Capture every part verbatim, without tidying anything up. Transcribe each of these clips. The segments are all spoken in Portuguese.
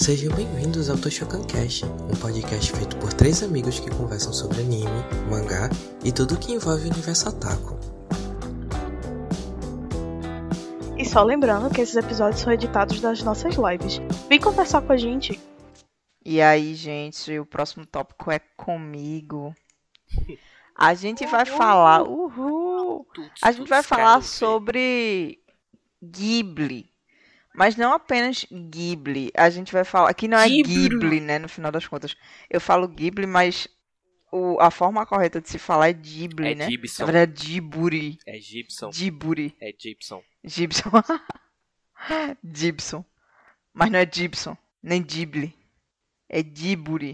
Sejam bem-vindos ao Toshokancast, um podcast feito por três amigos que conversam sobre anime, mangá e tudo que envolve o universo otaku. E só lembrando que esses episódios são editados das nossas lives. Vem conversar com a gente. E aí, gente, o próximo tópico é comigo. A gente vai falar... Uhul! A gente vai falar sobre Ghibli. Mas não apenas Ghibli. A gente vai falar... Aqui não é Ghibli, né? No final das contas. Eu falo Ghibli, mas o, a forma correta de se falar é Ghibli, é né? Gibson. Na verdade é Djibouti. É Gibson. Djibouti. É Gibson. Gibson. Gibson. Mas não é Gibson. Nem Ghibli. É Djibouti.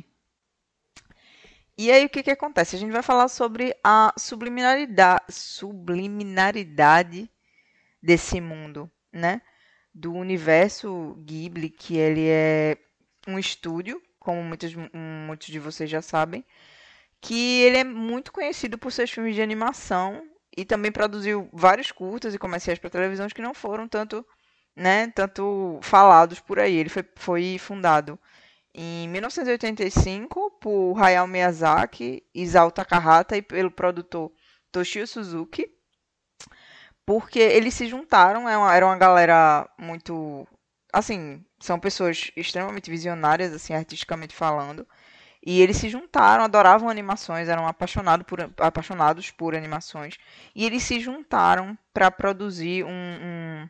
E aí o que que acontece? A gente vai falar sobre a subliminaridade, subliminaridade desse mundo, né? Do universo Ghibli, que ele é um estúdio, como muitos, muitos de vocês já sabem, que ele é muito conhecido por seus filmes de animação e também produziu vários curtas e comerciais para televisão que não foram tanto, né, tanto falados por aí. Ele foi, foi fundado em mil novecentos e oitenta e cinco por Hayao Miyazaki, Isao Takahata e pelo produtor Toshio Suzuki, porque eles se juntaram, é uma, era uma galera muito, assim, são pessoas extremamente visionárias, assim, artisticamente falando, e eles se juntaram, adoravam animações, eram apaixonado por, apaixonados por animações, e eles se juntaram para produzir um, um,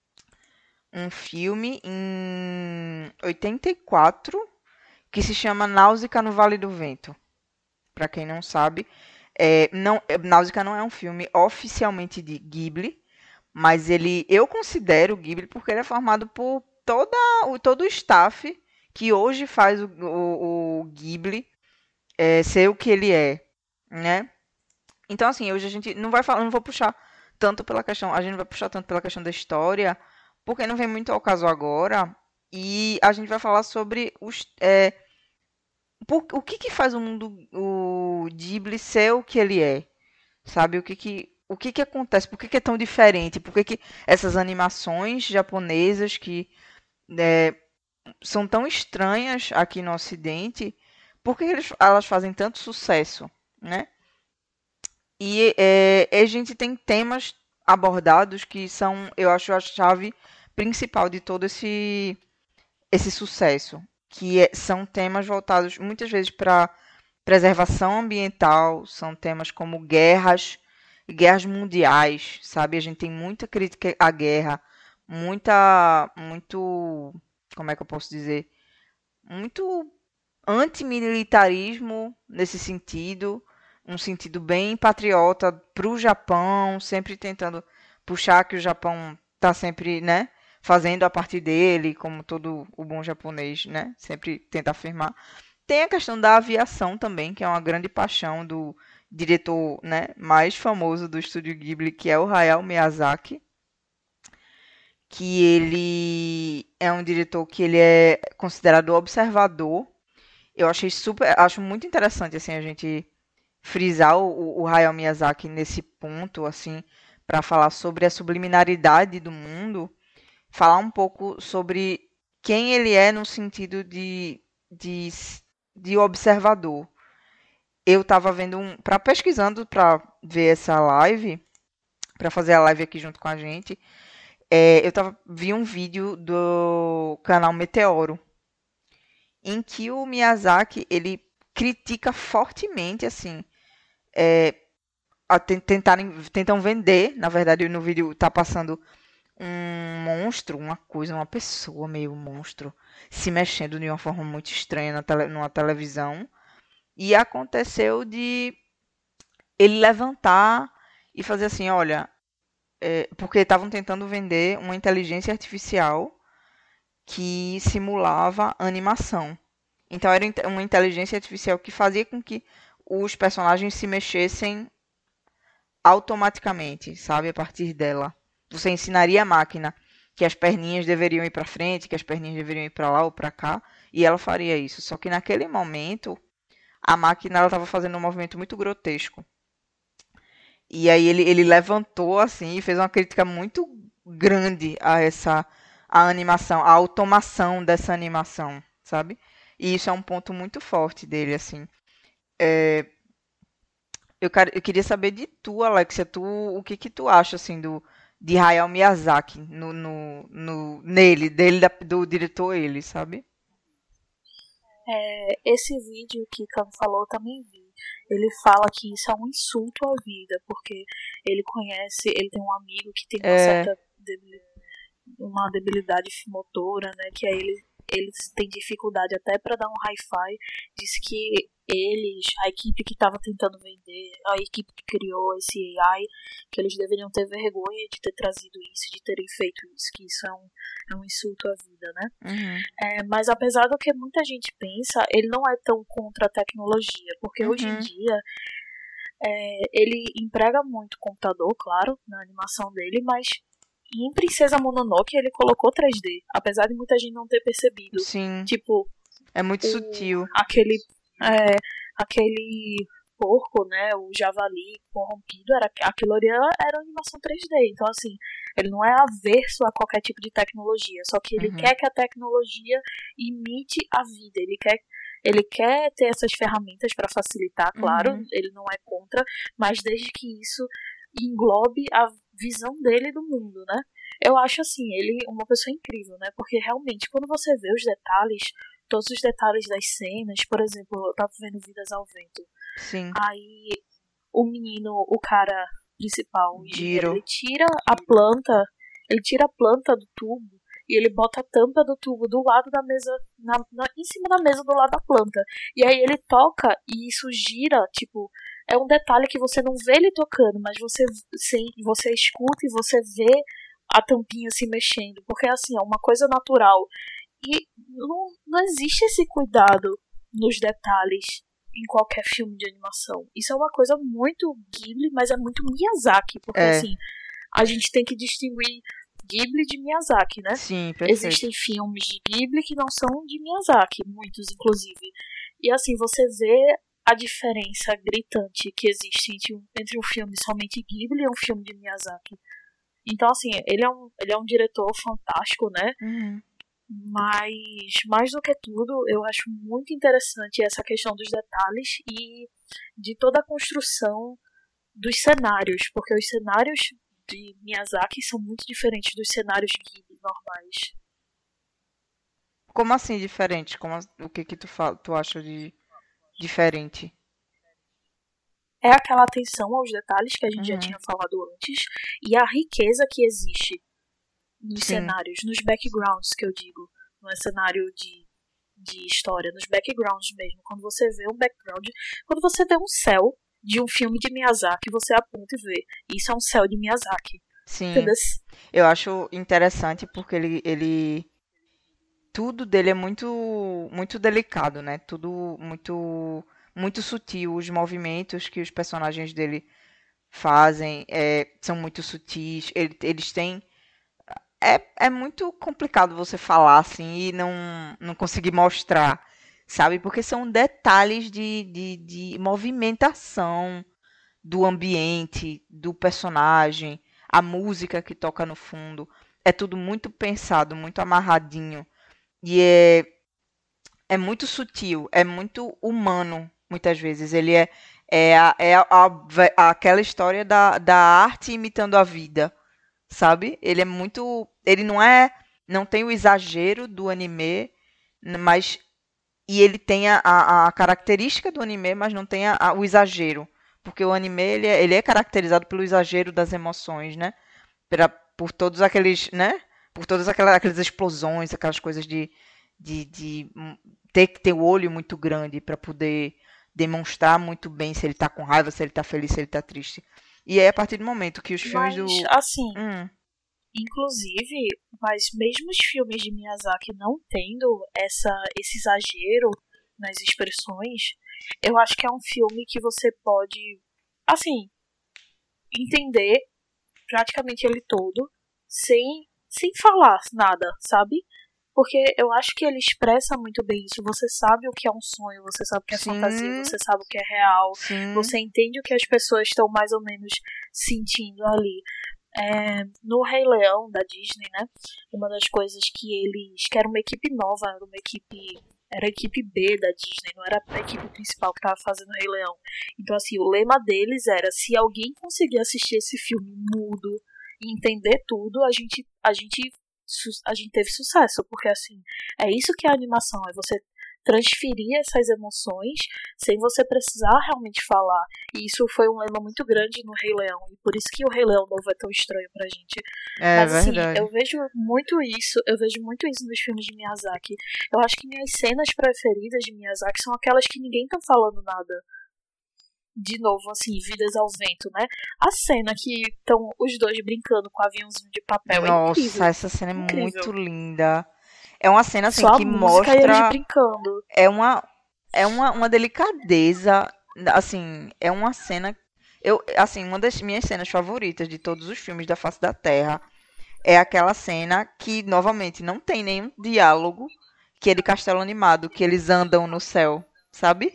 um filme em oitenta e quatro, que se chama Náusea no Vale do Vento. Para quem não sabe, é, não, Náusea não é um filme oficialmente de Ghibli, mas ele, eu considero Ghibli porque ele é formado por toda, o, todo o staff que hoje faz o, o, o Ghibli é, ser o que ele é, né? Então, assim, hoje a gente não vai falar, não vou puxar tanto pela questão, a gente não vai puxar tanto pela questão da história, porque não vem muito ao caso agora, e a gente vai falar sobre os... É, por, o que que faz o mundo, o Ghibli ser o que ele é, sabe? O que que, o que que acontece? Por que que é tão diferente? Por que que essas animações japonesas que é, são tão estranhas aqui no Ocidente, por que eles, elas fazem tanto sucesso, né? E é, a gente tem temas abordados que são, eu acho, a chave principal de todo esse, esse sucesso, que é, são temas voltados muitas vezes para preservação ambiental, são temas como guerras, guerras mundiais, sabe? A gente tem muita crítica à guerra, muita, muito, como é que eu posso dizer? Muito antimilitarismo nesse sentido, um sentido bem patriota para o Japão, sempre tentando puxar que o Japão está sempre, né? Fazendo a parte dele, como todo o bom japonês, né? Sempre tenta afirmar. Tem a questão da aviação também, que é uma grande paixão do diretor, né, mais famoso do estúdio Ghibli, que é o Hayao Miyazaki. Que ele é um diretor que ele é considerado observador. Eu achei super, acho muito interessante assim a gente frisar o, o Hayao Miyazaki nesse ponto, assim, para falar sobre a subliminaridade do mundo. Falar um pouco sobre quem ele é no sentido de, de, de observador. Eu estava vendo um... para pesquisando para ver essa live, para fazer a live aqui junto com a gente, é, eu tava, vi um vídeo do canal Meteoro, em que o Miyazaki, ele critica fortemente, assim, é, a tentarem, tentam vender, na verdade no vídeo tá passando um monstro, uma coisa, uma pessoa meio monstro, se mexendo de uma forma muito estranha na tele, numa televisão. E aconteceu de ele levantar e fazer assim, olha, é, porque estavam tentando vender uma inteligência artificial que simulava animação. Então era uma inteligência artificial que fazia com que os personagens se mexessem automaticamente, sabe, a partir dela. Você ensinaria a máquina que as perninhas deveriam ir para frente, que as perninhas deveriam ir para lá ou para cá, e ela faria isso. Só que naquele momento, a máquina estava fazendo um movimento muito grotesco. E aí ele, ele levantou assim e fez uma crítica muito grande a essa, a animação, a automação dessa animação, sabe? E isso é um ponto muito forte dele, assim. É, eu, quero- eu queria saber de tu, Alexia, tu, o que que tu acha, assim, do, de Hayao Miyazaki, no, no, no- nele, dele, da- do diretor ele, sabe? É, esse vídeo que Cam falou eu também vi. Ele fala que isso é um insulto à vida, porque ele conhece, ele tem um amigo que tem uma É, certa debili- uma debilidade motora, né? Que aí ele, eles têm dificuldade até para dar um hi-fi. Diz que eles, a equipe que estava tentando vender, a equipe que criou esse A I, que eles deveriam ter vergonha de ter trazido isso, de terem feito isso, que isso é um, é um insulto à vida, né? uhum, É, mas apesar do que muita gente pensa, ele não é tão contra a tecnologia, porque hoje em uhum, dia é, ele emprega muito computador, claro, na animação dele, mas em Princesa Mononoke ele colocou três D, apesar de muita gente não ter percebido. sim, Tipo, é muito o, sutil. aquele, é, aquele porco, né, o javali corrompido, era, aquilo ali era, era animação três D. Então, assim, ele não é averso a qualquer tipo de tecnologia, só que ele Uhum, quer que a tecnologia imite a vida. Ele quer, ele quer ter essas ferramentas para facilitar, claro, uhum, ele não é contra, mas desde que isso englobe a visão dele do mundo, né? Eu acho assim, ele uma pessoa incrível, né? Porque realmente, quando você vê os detalhes, todos os detalhes das cenas, por exemplo, eu tava vendo Vidas ao Vento. sim, Aí o menino, o cara principal, o engenheiro, Jiro, ele tira a planta, ele tira a planta do tubo e ele bota a tampa do tubo do lado da mesa, na, na- em cima da mesa do lado da planta. E aí ele toca e isso gira, tipo, é um detalhe que você não vê ele tocando, mas você, sim, você escuta e você vê a tampinha se mexendo, porque assim, é uma coisa natural. E não, não existe esse cuidado nos detalhes em qualquer filme de animação. Isso é uma coisa muito Ghibli, mas é muito Miyazaki, porque é, assim, a gente tem que distinguir Ghibli de Miyazaki, né? sim, Existem perfeito. filmes de Ghibli que não são de Miyazaki, muitos inclusive. E assim, você vê a diferença gritante que existe entre um, entre um filme somente Ghibli e um filme de Miyazaki. Então, assim, ele é um, ele é um diretor fantástico, né? Uhum. Mas, mais do que tudo, eu acho muito interessante essa questão dos detalhes e de toda a construção dos cenários, porque os cenários de Miyazaki são muito diferentes dos cenários Ghibli normais. Como assim diferente? Como, as- o que que tu, fa- tu acha de diferente? É aquela atenção aos detalhes que a gente já Uhum, tinha falado antes e a riqueza que existe nos sim, cenários, nos backgrounds que eu digo, não é cenário de, de história, nos backgrounds mesmo. Quando você vê um background, quando você vê um céu de um filme de Miyazaki, você aponta e vê. Isso é um céu de Miyazaki. sim. Entendeu? Eu acho interessante porque ele, ele tudo dele é muito muito delicado, né? Tudo muito muito sutil. Os movimentos que os personagens dele fazem é, são muito sutis. Ele- eles têm é, é muito complicado você falar assim e não não conseguir mostrar, sabe? Porque são detalhes de, de, de movimentação do ambiente, do personagem, a música que toca no fundo. É tudo muito pensado, muito amarradinho. E é, é muito sutil, é muito humano, muitas vezes. Ele é, é, a- é a- a- aquela história da, da arte imitando a vida, sabe? Ele é muito. Ele não é. Não tem o exagero do anime, mas. E ele tem a, a, a característica do anime, mas não tem a- a- o exagero. Porque o anime ele é, ele é caracterizado pelo exagero das emoções, né? Pela, por todos aqueles, né? Por todas aquelas, aquelas explosões, aquelas coisas de, de, de hum, ter que ter o olho muito grande para poder demonstrar muito bem se ele tá com raiva, se ele tá feliz, se ele tá triste. E aí, a partir do momento que os filmes Mas, do. assim, Hum, inclusive, mas mesmo os filmes de Miyazaki não tendo essa, esse exagero nas expressões, eu acho que é um filme que você pode, assim, entender praticamente ele todo sem, sem falar nada, sabe? Porque eu acho que ele expressa muito bem isso. Você sabe o que é um sonho, você sabe o que é fantasia, sim, você sabe o que é real, sim. você entende o que as pessoas estão mais ou menos sentindo ali. É, no Rei Leão da Disney, né? Uma das coisas que eles. Que era uma equipe nova, era uma equipe. Era a equipe B da Disney, não era a equipe principal que estava fazendo o Rei Leão. Então, assim, o lema deles era: se alguém conseguir assistir esse filme mudo e entender tudo, a gente, a gente, a gente teve sucesso. Porque, assim, é isso que é a animação: é você transferir essas emoções sem você precisar realmente falar. E isso foi um lema muito grande no Rei Leão, e por isso que o Rei Leão novo é tão estranho pra gente. É Mas assim, verdade. eu vejo muito isso, eu vejo muito isso nos filmes de Miyazaki. Eu acho que minhas cenas preferidas de Miyazaki são aquelas que ninguém tá falando nada. De novo, assim, Vidas ao Vento, né? A cena que estão os dois brincando com o aviãozinho de papel é incrível. Nossa, essa cena é Incrível. muito linda. É uma cena assim Só que a música e eles mostra brincando. é uma é uma, uma delicadeza, assim, é uma cena eu assim, uma das minhas cenas favoritas de todos os filmes da face da Terra é aquela cena que novamente não tem nenhum diálogo, que é de Castelo Animado, que eles andam no céu, sabe?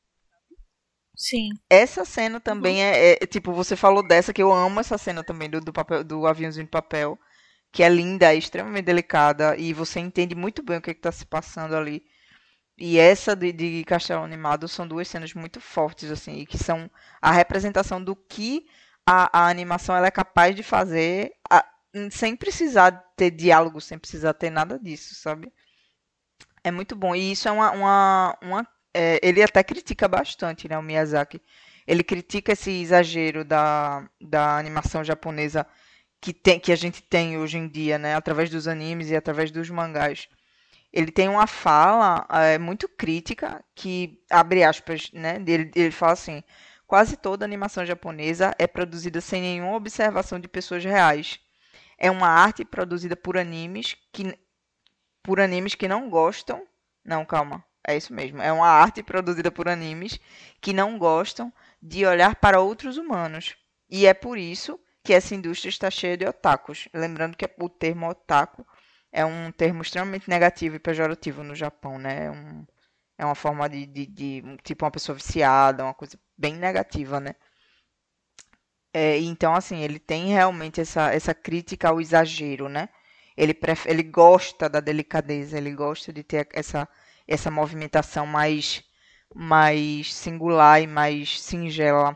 Sim. Essa cena também é, é- tipo, você falou dessa que eu amo essa cena também do, do papel do aviãozinho de papel, que é linda, é extremamente delicada e você entende muito bem o que está se passando ali. E essa de, de Castelo Animado são duas cenas muito fortes assim, e que são a representação do que a, a animação ela é capaz de fazer a- sem precisar ter diálogo, sem precisar ter nada disso, sabe? É muito bom. E isso é uma, uma, uma é, ele até critica bastante, né, o Miyazaki. Ele critica esse exagero da, da animação japonesa que, tem, que a gente tem hoje em dia, né, através dos animes e através dos mangás. Ele tem uma fala é, muito crítica que, abre aspas, né, ele, ele fala assim: quase toda animação japonesa é produzida sem nenhuma observação de pessoas reais. É uma arte produzida por animes que, por animes que não gostam. Não, calma. É isso mesmo. É uma arte produzida por animes que não gostam de olhar para outros humanos. E é por isso que essa indústria está cheia de otakus. Lembrando que o termo otaku é um termo extremamente negativo e pejorativo no Japão, né? É, um, é uma forma de, de, de, tipo, uma pessoa viciada, uma coisa bem negativa, né? É, então, assim, ele tem realmente essa, essa crítica ao exagero, né? Ele, pref... ele gosta da delicadeza, ele gosta de ter essa, essa movimentação mais, mais singular e mais singela.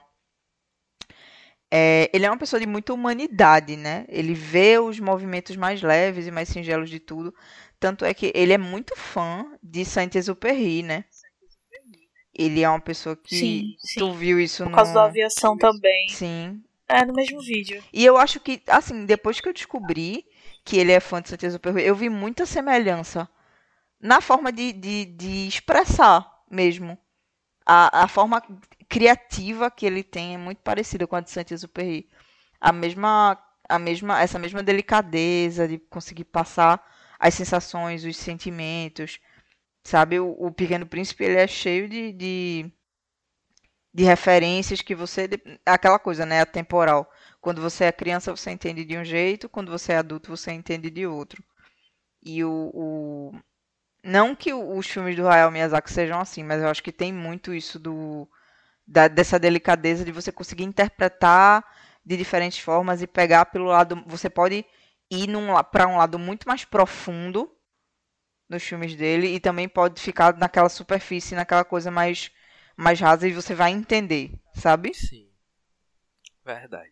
É, ele é uma pessoa de muita humanidade, né? Ele vê os movimentos mais leves e mais singelos de tudo. Tanto é que ele é muito fã de Saint-Exupéry, né? Ele é uma pessoa que... Sim, sim. Tu viu isso Por no... causa da aviação também. Sim. É, no mesmo vídeo. E eu acho que, assim, depois que eu descobri que ele é fã de Saint-Exupéry, eu vi muita semelhança na forma de, de, de expressar mesmo. A, a forma criativa que ele tem é muito parecida com a de Saint-Exupéry. A mesma, a mesma, essa mesma delicadeza de conseguir passar as sensações, os sentimentos, sabe? O, o Pequeno Príncipe, ele é cheio de, de, de referências que você... Aquela coisa, né? Atemporal. Quando você é criança, você entende de um jeito. Quando você é adulto, você entende de outro. E o... o... Não que os filmes do Hayao Miyazaki sejam assim, mas eu acho que tem muito isso do... Da, dessa delicadeza de você conseguir interpretar de diferentes formas e pegar pelo lado... Você pode ir para um lado muito mais profundo nos filmes dele e também pode ficar naquela superfície, naquela coisa mais, mais rasa e você vai entender, sabe? Sim. Verdade.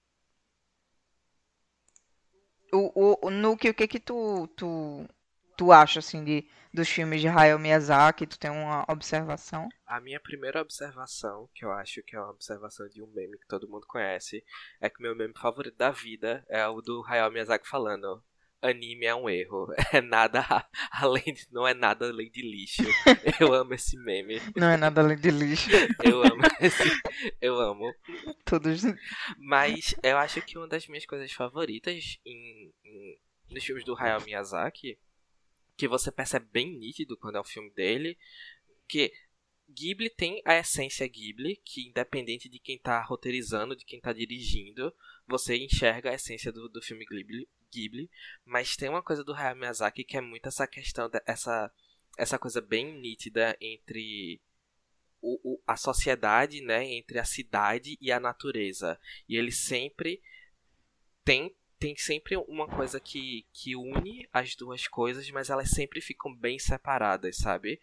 O, o, no que, o que que tu, tu, tu acha, assim, de, dos filmes de Hayao Miyazaki? Tu tem uma observação? A minha primeira observação, que eu acho que é uma observação de um meme que todo mundo conhece, é que o meu meme favorito da vida é o do Hayao Miyazaki falando: anime é um erro, é nada além de, não é nada além de lixo. Eu amo esse meme. Não é nada além de lixo. Eu amo esse, eu amo. Todos. Mas eu acho que uma das minhas coisas favoritas em, em, nos filmes do Hayao Miyazaki, que você percebe bem nítido quando é o filme dele, que Ghibli tem a essência Ghibli, que independente de quem tá roteirizando, de quem tá dirigindo, você enxerga a essência do, do filme Ghibli, Ghibli, mas tem uma coisa do Hayao Miyazaki que é muito essa questão, de, essa, essa coisa bem nítida entre o, o, a sociedade, né, entre a cidade e a natureza. E ele sempre tem, tem sempre uma coisa que, que une as duas coisas, mas elas sempre ficam bem separadas, sabe?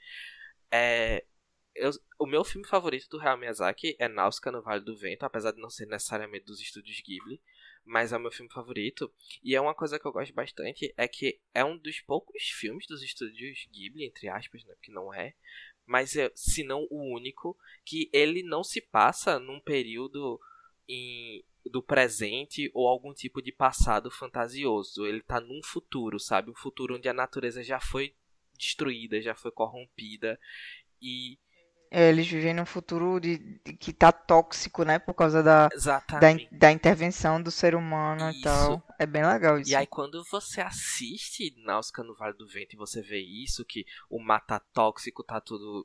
É, eu, o meu filme favorito do Hayao Miyazaki é Náusea no Vale do Vento, apesar de não ser necessariamente dos estúdios Ghibli, mas é o meu filme favorito. E é uma coisa que eu gosto bastante, é que é um dos poucos filmes dos estúdios Ghibli, entre aspas, né, que não é, mas é, se não o único, que ele não se passa num período em, do presente ou algum tipo de passado fantasioso. Ele tá num futuro, sabe? Um futuro onde a natureza já foi destruída, já foi corrompida e... É, eles vivem num futuro de, de que tá tóxico, né? Por causa da, da, in- Exatamente. da intervenção do ser humano e Isso. tal. É bem legal E isso. aí quando você assiste Náusea no Vale do Vento e você vê isso, que o mar tá tóxico, tá tudo...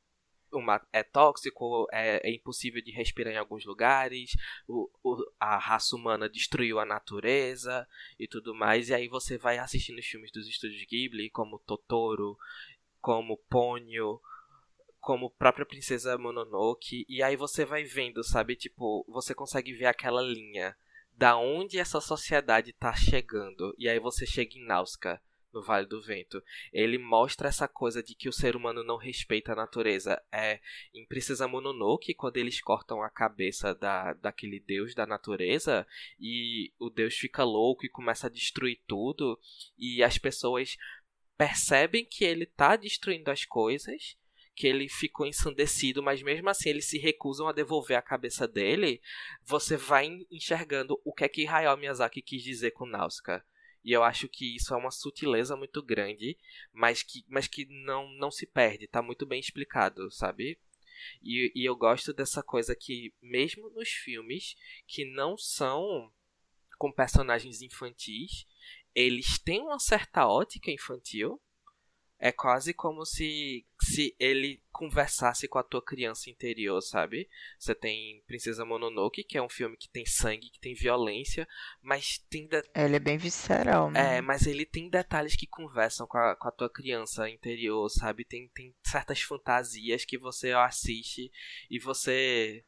O mar é tóxico, é, é impossível de respirar em alguns lugares, o, o, a raça humana destruiu a natureza e tudo mais. E aí você vai assistindo os filmes dos estúdios Ghibli, como Totoro, como Ponyo, como própria Princesa Mononoke, e aí você vai vendo, sabe, tipo, você consegue ver aquela linha da onde essa sociedade tá chegando, e aí você chega em Náusea, no Vale do Vento. Ele mostra essa coisa de que o ser humano não respeita a natureza. É em Princesa Mononoke, quando eles cortam a cabeça da, daquele deus da natureza, e o deus fica louco e começa a destruir tudo, e as pessoas percebem que ele tá destruindo as coisas, que ele ficou ensandecido, mas mesmo assim eles se recusam a devolver a cabeça dele. Você vai enxergando o que é que Hayao Miyazaki quis dizer com Náusea. E eu acho que isso é uma sutileza muito grande, mas que, mas que não, não se perde, tá muito bem explicado, sabe? E, e eu gosto dessa coisa que, mesmo nos filmes que não são com personagens infantis, eles têm uma certa ótica infantil. É quase como se, se ele conversasse com a tua criança interior, sabe? Você tem Princesa Mononoke, que é um filme que tem sangue, que tem violência, mas tem... De... Ele é bem visceral, É, né? mas ele tem detalhes que conversam com a, com a tua criança interior, sabe? Tem, tem certas fantasias que você assiste e você...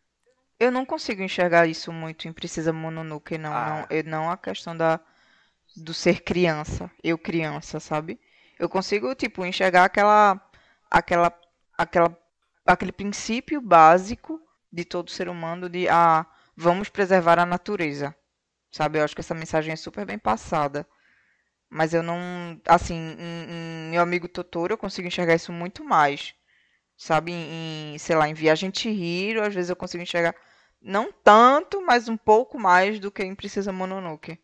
Eu não consigo enxergar isso muito em Princesa Mononoke, não. Não, Ah, eu, não a questão da, do ser criança. Eu criança, sabe? Eu consigo, tipo, enxergar aquela, aquela, aquela, aquele princípio básico de todo ser humano de, ah, vamos preservar a natureza, sabe? Eu acho que essa mensagem é super bem passada. Mas eu não, assim, em, em Meu Amigo Totoro eu consigo enxergar isso muito mais, sabe? Em, em, sei lá, em Viagem de Chihiro, às vezes eu consigo enxergar não tanto, mas um pouco mais do que em Princesa Mononoke.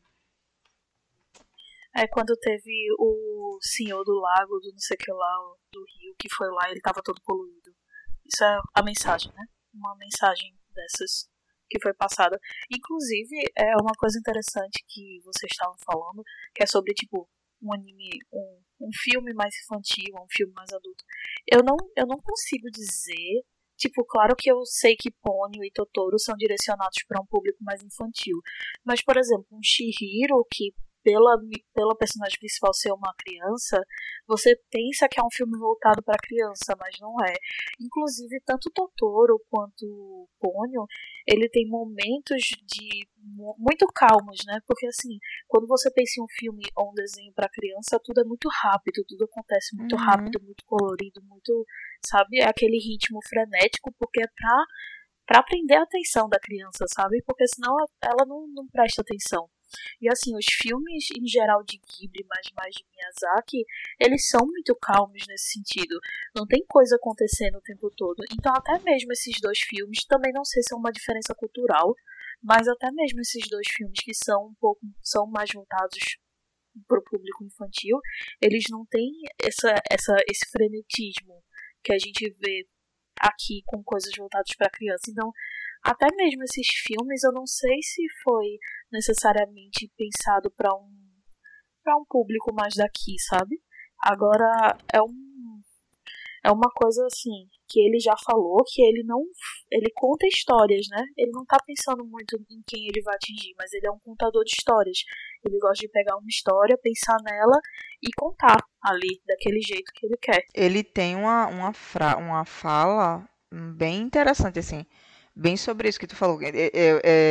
É quando teve o senhor do lago, do não sei o que lá, do rio, que foi lá e ele tava todo poluído. Isso é a mensagem, né? Uma mensagem dessas que foi passada. Inclusive, é uma coisa interessante que vocês estavam falando, que é sobre, tipo, um anime, um, um filme mais infantil, um filme mais adulto. Eu não, eu não consigo dizer... Tipo, claro que eu sei que Ponyo e Totoro são direcionados para um público mais infantil. Mas, por exemplo, um Chihiro, que pela, pela personagem principal ser uma criança, você pensa que é um filme voltado para criança, mas não é. Inclusive, tanto Totoro quanto Ponyo, ele tem momentos de muito calmos, né? Porque, assim, quando você pensa em um filme ou um desenho para criança, tudo é muito rápido, tudo acontece muito Uhum. rápido, muito colorido, muito, sabe? É aquele ritmo frenético, porque é pra, pra prender a atenção da criança, sabe? Porque senão ela não, não presta atenção. E assim, os filmes em geral de Ghibli, mas mais de Miyazaki, eles são muito calmos nesse sentido. Não tem coisa acontecendo o tempo todo. Então até mesmo esses dois filmes, também não sei se é uma diferença cultural, mas até mesmo esses dois filmes que são um pouco, são mais voltados para o público infantil, eles não têm essa, essa, esse frenetismo que a gente vê aqui com coisas voltadas para criança. Então, até mesmo esses filmes, eu não sei se foi necessariamente pensado para um para um público mais daqui, sabe? Agora é um é uma coisa assim que ele já falou que ele não ele conta histórias, né? Ele não tá pensando muito em quem ele vai atingir, mas ele é um contador de histórias. Ele gosta de pegar uma história, pensar nela e contar ali daquele jeito que ele quer. Ele tem uma uma, fra uma fala bem interessante assim, bem sobre isso que tu falou. É, é, é,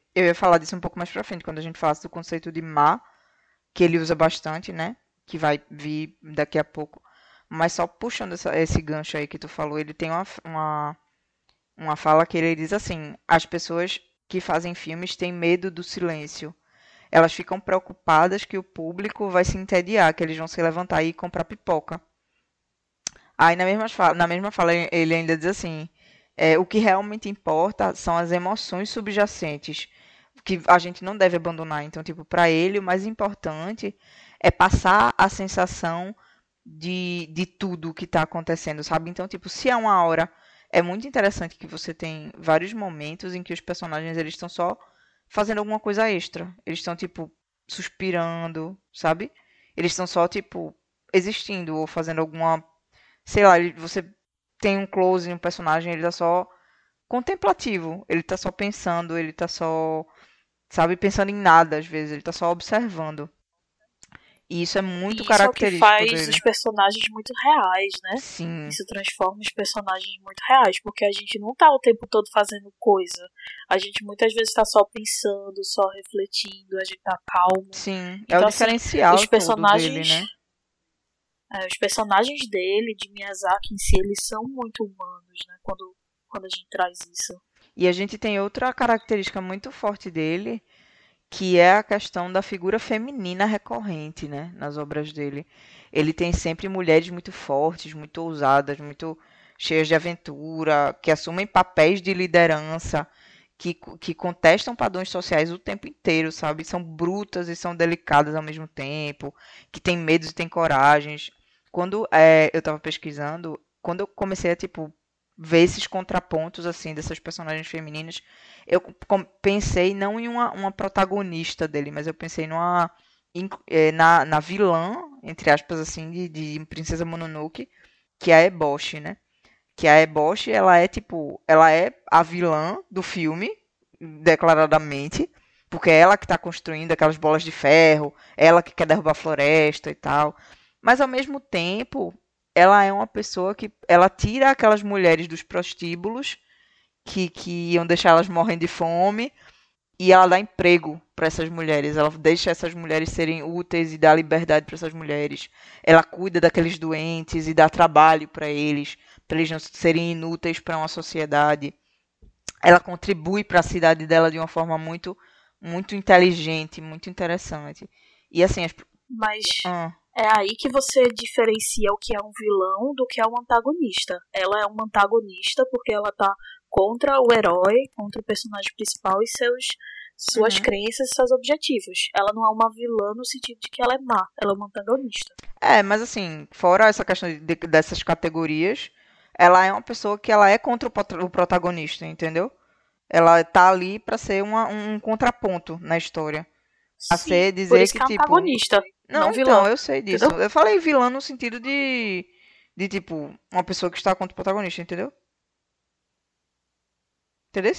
Eu ia falar disso um pouco mais pra frente, quando a gente falasse do conceito de má, que ele usa bastante, né? Que vai vir daqui a pouco. Mas só puxando essa- esse gancho aí que tu falou, ele tem uma, uma, uma fala que ele diz assim: as pessoas que fazem filmes têm medo do silêncio. Elas ficam preocupadas que o público vai se entediar, que eles vão se levantar e comprar pipoca. Aí na mesma fala, na mesma fala ele ainda diz assim: é, o que realmente importa são as emoções subjacentes, que a gente não deve abandonar. Então, tipo, para ele o mais importante é passar a sensação de, de tudo que está acontecendo, sabe? Então, tipo, se é uma hora, é muito interessante que você tem vários momentos em que os personagens eles estão só fazendo alguma coisa extra. Eles estão, tipo, suspirando, sabe? Eles estão só, tipo, existindo ou fazendo alguma. Sei lá, ele- você tem um close em um personagem, ele tá só contemplativo. Ele tá só pensando, ele tá só, sabe, pensando em nada às vezes. Ele tá só observando. E isso é muito E isso é o que característico faz os dele. personagens muito reais, né? Sim, Isso transforma os personagens muito reais, porque a gente não tá o tempo todo fazendo coisa. A gente muitas vezes tá só pensando, só refletindo, a gente tá calmo. sim. É o Então, assim, diferencial os todo dele, personagens. né? É, os personagens dele, de Miyazaki em si, eles são muito humanos, né? Quando, quando a gente traz isso. E a gente tem outra característica muito forte dele, que é a questão da figura feminina recorrente, né, nas obras dele. Ele tem sempre mulheres muito fortes, muito ousadas, muito cheias de aventura, que assumem papéis de liderança, que, que contestam padrões sociais o tempo inteiro, sabe? São brutas e são delicadas ao mesmo tempo, que têm medos e têm coragens. Quando é, eu estava pesquisando, quando eu comecei a, tipo, ver esses contrapontos, assim, dessas personagens femininas, eu com- pensei não em uma, uma protagonista dele, mas eu pensei numa, em- eh, na, na vilã, entre aspas, assim, de, de Princesa Mononoke, que é a Eboshi, né? Que a Eboshi, ela é, tipo, ela é a vilã do filme, declaradamente, porque é ela que tá construindo aquelas bolas de ferro, ela que quer derrubar a floresta e tal. Mas, ao mesmo tempo, ela é uma pessoa que, ela tira aquelas mulheres dos prostíbulos, que, que iam deixar elas morrendo de fome, e ela dá emprego para essas mulheres. Ela deixa essas mulheres serem úteis e dá liberdade para essas mulheres. Ela cuida daqueles doentes e dá trabalho para eles, para eles não serem inúteis para uma sociedade. Ela contribui para a cidade dela de uma forma muito, muito inteligente, muito interessante. E assim, as... Mas ah, é aí que você diferencia o que é um vilão do que é um antagonista. Ela é uma antagonista porque ela tá contra o herói, contra o personagem principal e seus, suas uhum. crenças e seus objetivos. Ela não é uma vilã no sentido de que ela é má, ela é uma antagonista. É, mas assim, fora essa questão de, dessas categorias, ela é uma pessoa que ela é contra o, pot- o protagonista, entendeu? Ela tá ali pra ser uma- um contraponto na história. A ser Sim, por dizer isso que, que é tipo. antagonista, Não, não vilã. então, eu sei disso. Entendeu? Eu falei vilã no sentido de. De, tipo, uma pessoa que está contra o protagonista, entendeu? Entendeu?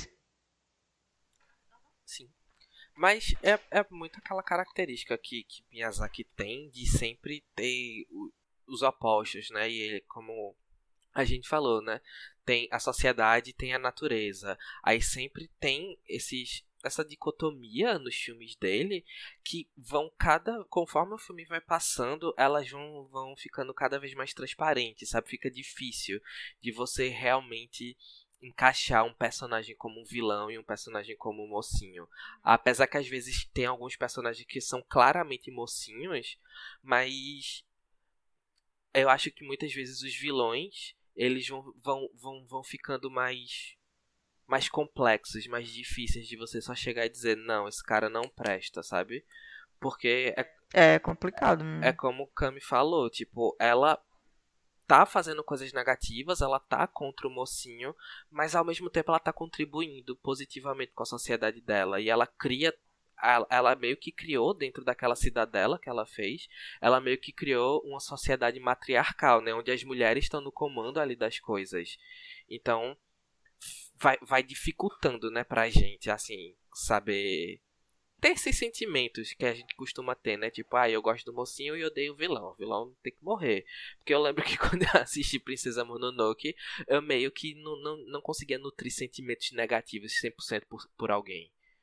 Sim. Mas é, é muito aquela característica que, que Miyazaki tem de sempre ter o- os opostos, né? E ele, como a gente falou, né? Tem a sociedade, tem a natureza. Aí sempre tem esses essa dicotomia nos filmes dele que vão cada conforme o filme vai passando, elas vão, vão ficando cada vez mais transparentes, sabe? Fica difícil de você realmente encaixar um personagem como um vilão e um personagem como um mocinho. Apesar que às vezes tem alguns personagens que são claramente mocinhos, mas eu acho que muitas vezes os vilões eles vão, vão, vão, vão ficando mais mais complexos, mais difíceis de você só chegar e dizer não, esse cara não presta, sabe? Porque é, É complicado. é como o Cami falou, tipo, ela tá fazendo coisas negativas, ela tá contra o mocinho, mas ao mesmo tempo ela tá contribuindo positivamente com a sociedade dela e ela cria ela, ela meio que criou dentro daquela cidadela que ela fez, ela meio que criou uma sociedade matriarcal, né, onde as mulheres estão no comando ali das coisas. Então, vai, vai dificultando, né, pra gente, assim, saber ter esses sentimentos que a gente costuma ter, né? Tipo, ah, eu gosto do mocinho e odeio o vilão. O vilão tem que morrer. Porque eu lembro que quando eu assisti Princesa Mononoke, eu meio que não, não, não conseguia nutrir sentimentos negativos cem por cento por, por alguém.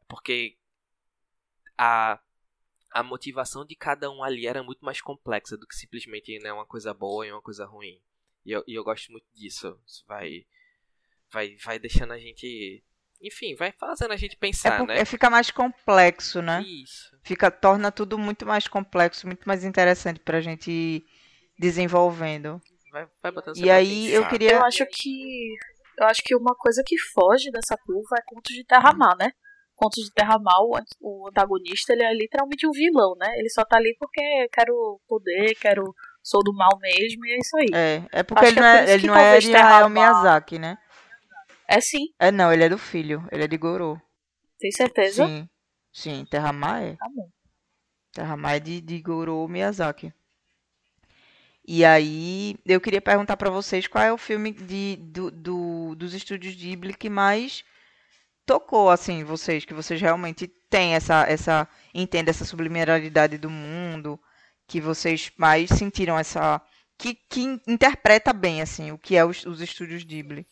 Porque a, a motivação de cada um ali era muito mais complexa do que simplesmente, né, uma coisa boa e uma coisa ruim. E eu, e eu gosto muito disso. Isso vai, vai, vai deixando a gente... Enfim, vai fazendo a gente É, pensar, por- né? é, fica mais complexo, né? Isso. Fica, torna tudo muito mais complexo, muito mais interessante pra gente ir desenvolvendo. Vai, vai botando você E pra aí eu pensar. queria. Eu acho que. Eu acho que uma coisa que foge dessa curva é Contos de Terra-Mar, né? Contos de Terra-Mar, o, an- o antagonista, ele é literalmente um vilão, né? Ele só tá ali porque quero poder, quero. Sou do mal mesmo, e é isso aí. É, é porque Acho ele que não é por é, isso ele que não é talvez de Hayao Terra-Mar. Miyazaki, né? É sim, É não, ele é do filho, ele é de Goro. tem certeza? Sim, sim, Terra-Mar é. Tá bom. Terra-Mar é de, de Goro Miyazaki. E aí, eu queria perguntar pra vocês qual é o filme de, do, do- dos estúdios Ghibli que mais tocou, assim, vocês, que vocês realmente têm essa, essa, entendem essa subliminalidade do mundo, que vocês mais sentiram essa, que, que in- interpreta bem, assim, o que é os, os estúdios Ghibli.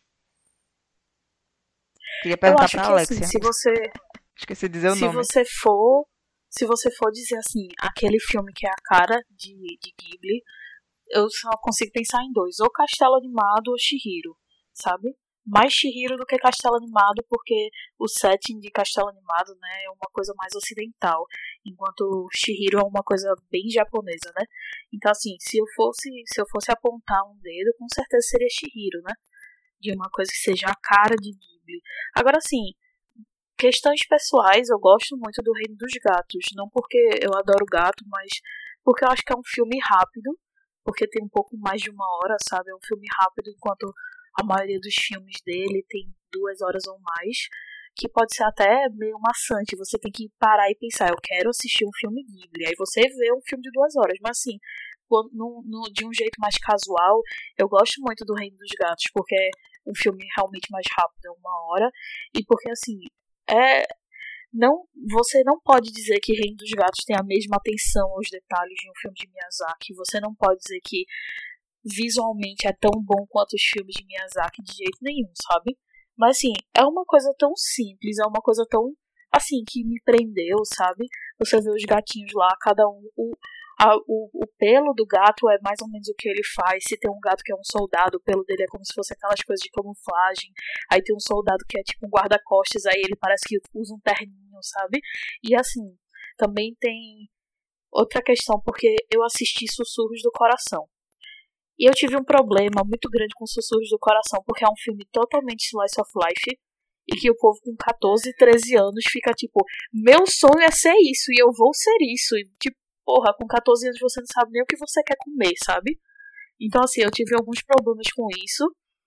Queria Eu perguntar acho pra que assim, Alexia. se você. Esqueci de dizer o Se nome. você for. Se você for dizer assim, aquele filme que é a cara de, de Ghibli, eu só consigo pensar em dois, ou Castelo Animado ou Chihiro, sabe? Mais Chihiro do que Castelo Animado, porque o setting de Castelo Animado, né, é uma coisa mais ocidental, enquanto Chihiro é uma coisa bem japonesa, né? Então assim, se eu fosse, se eu fosse apontar um dedo, com certeza seria Chihiro, né? De uma coisa que seja a cara de Ghibli. Agora assim, questões pessoais, eu gosto muito do Reino dos Gatos, não porque eu adoro gato, mas porque eu acho que é um filme rápido, porque tem um pouco mais de uma hora, sabe? É um filme rápido, enquanto a maioria dos filmes dele tem duas horas ou mais, que pode ser até meio maçante. Você tem que parar e pensar, eu quero assistir um filme Ghibli. Aí você vê um filme de duas horas. Mas assim, quando- no- no- de um jeito mais casual, eu gosto muito do Reino dos Gatos, porque é um filme realmente mais rápido, é uma hora. E porque assim, é. Não, você não pode dizer que Reino dos Gatos tem a mesma atenção aos detalhes de um filme de Miyazaki. Você não pode dizer que visualmente é tão bom quanto os filmes de Miyazaki de jeito nenhum, sabe? Mas assim, é uma coisa tão simples, é uma coisa tão assim que me prendeu, sabe? Você vê os gatinhos lá, cada um. O, a- o, o pelo do gato é mais ou menos o que ele faz. Se tem um gato que é um soldado, o pelo dele é como se fosse aquelas coisas de camuflagem. Aí tem um soldado que é tipo um guarda-costas, aí ele parece que usa um terninho, sabe? E assim, também tem outra questão, porque eu assisti Sussurros do Coração. E eu tive um problema muito grande com Sussurros do Coração, porque é um filme totalmente slice of life, e que o povo com catorze, treze anos fica tipo, meu sonho é ser isso, e eu vou ser isso. E tipo, porra, com catorze anos você não sabe nem o que você quer comer, sabe? Então assim, eu tive alguns problemas com isso.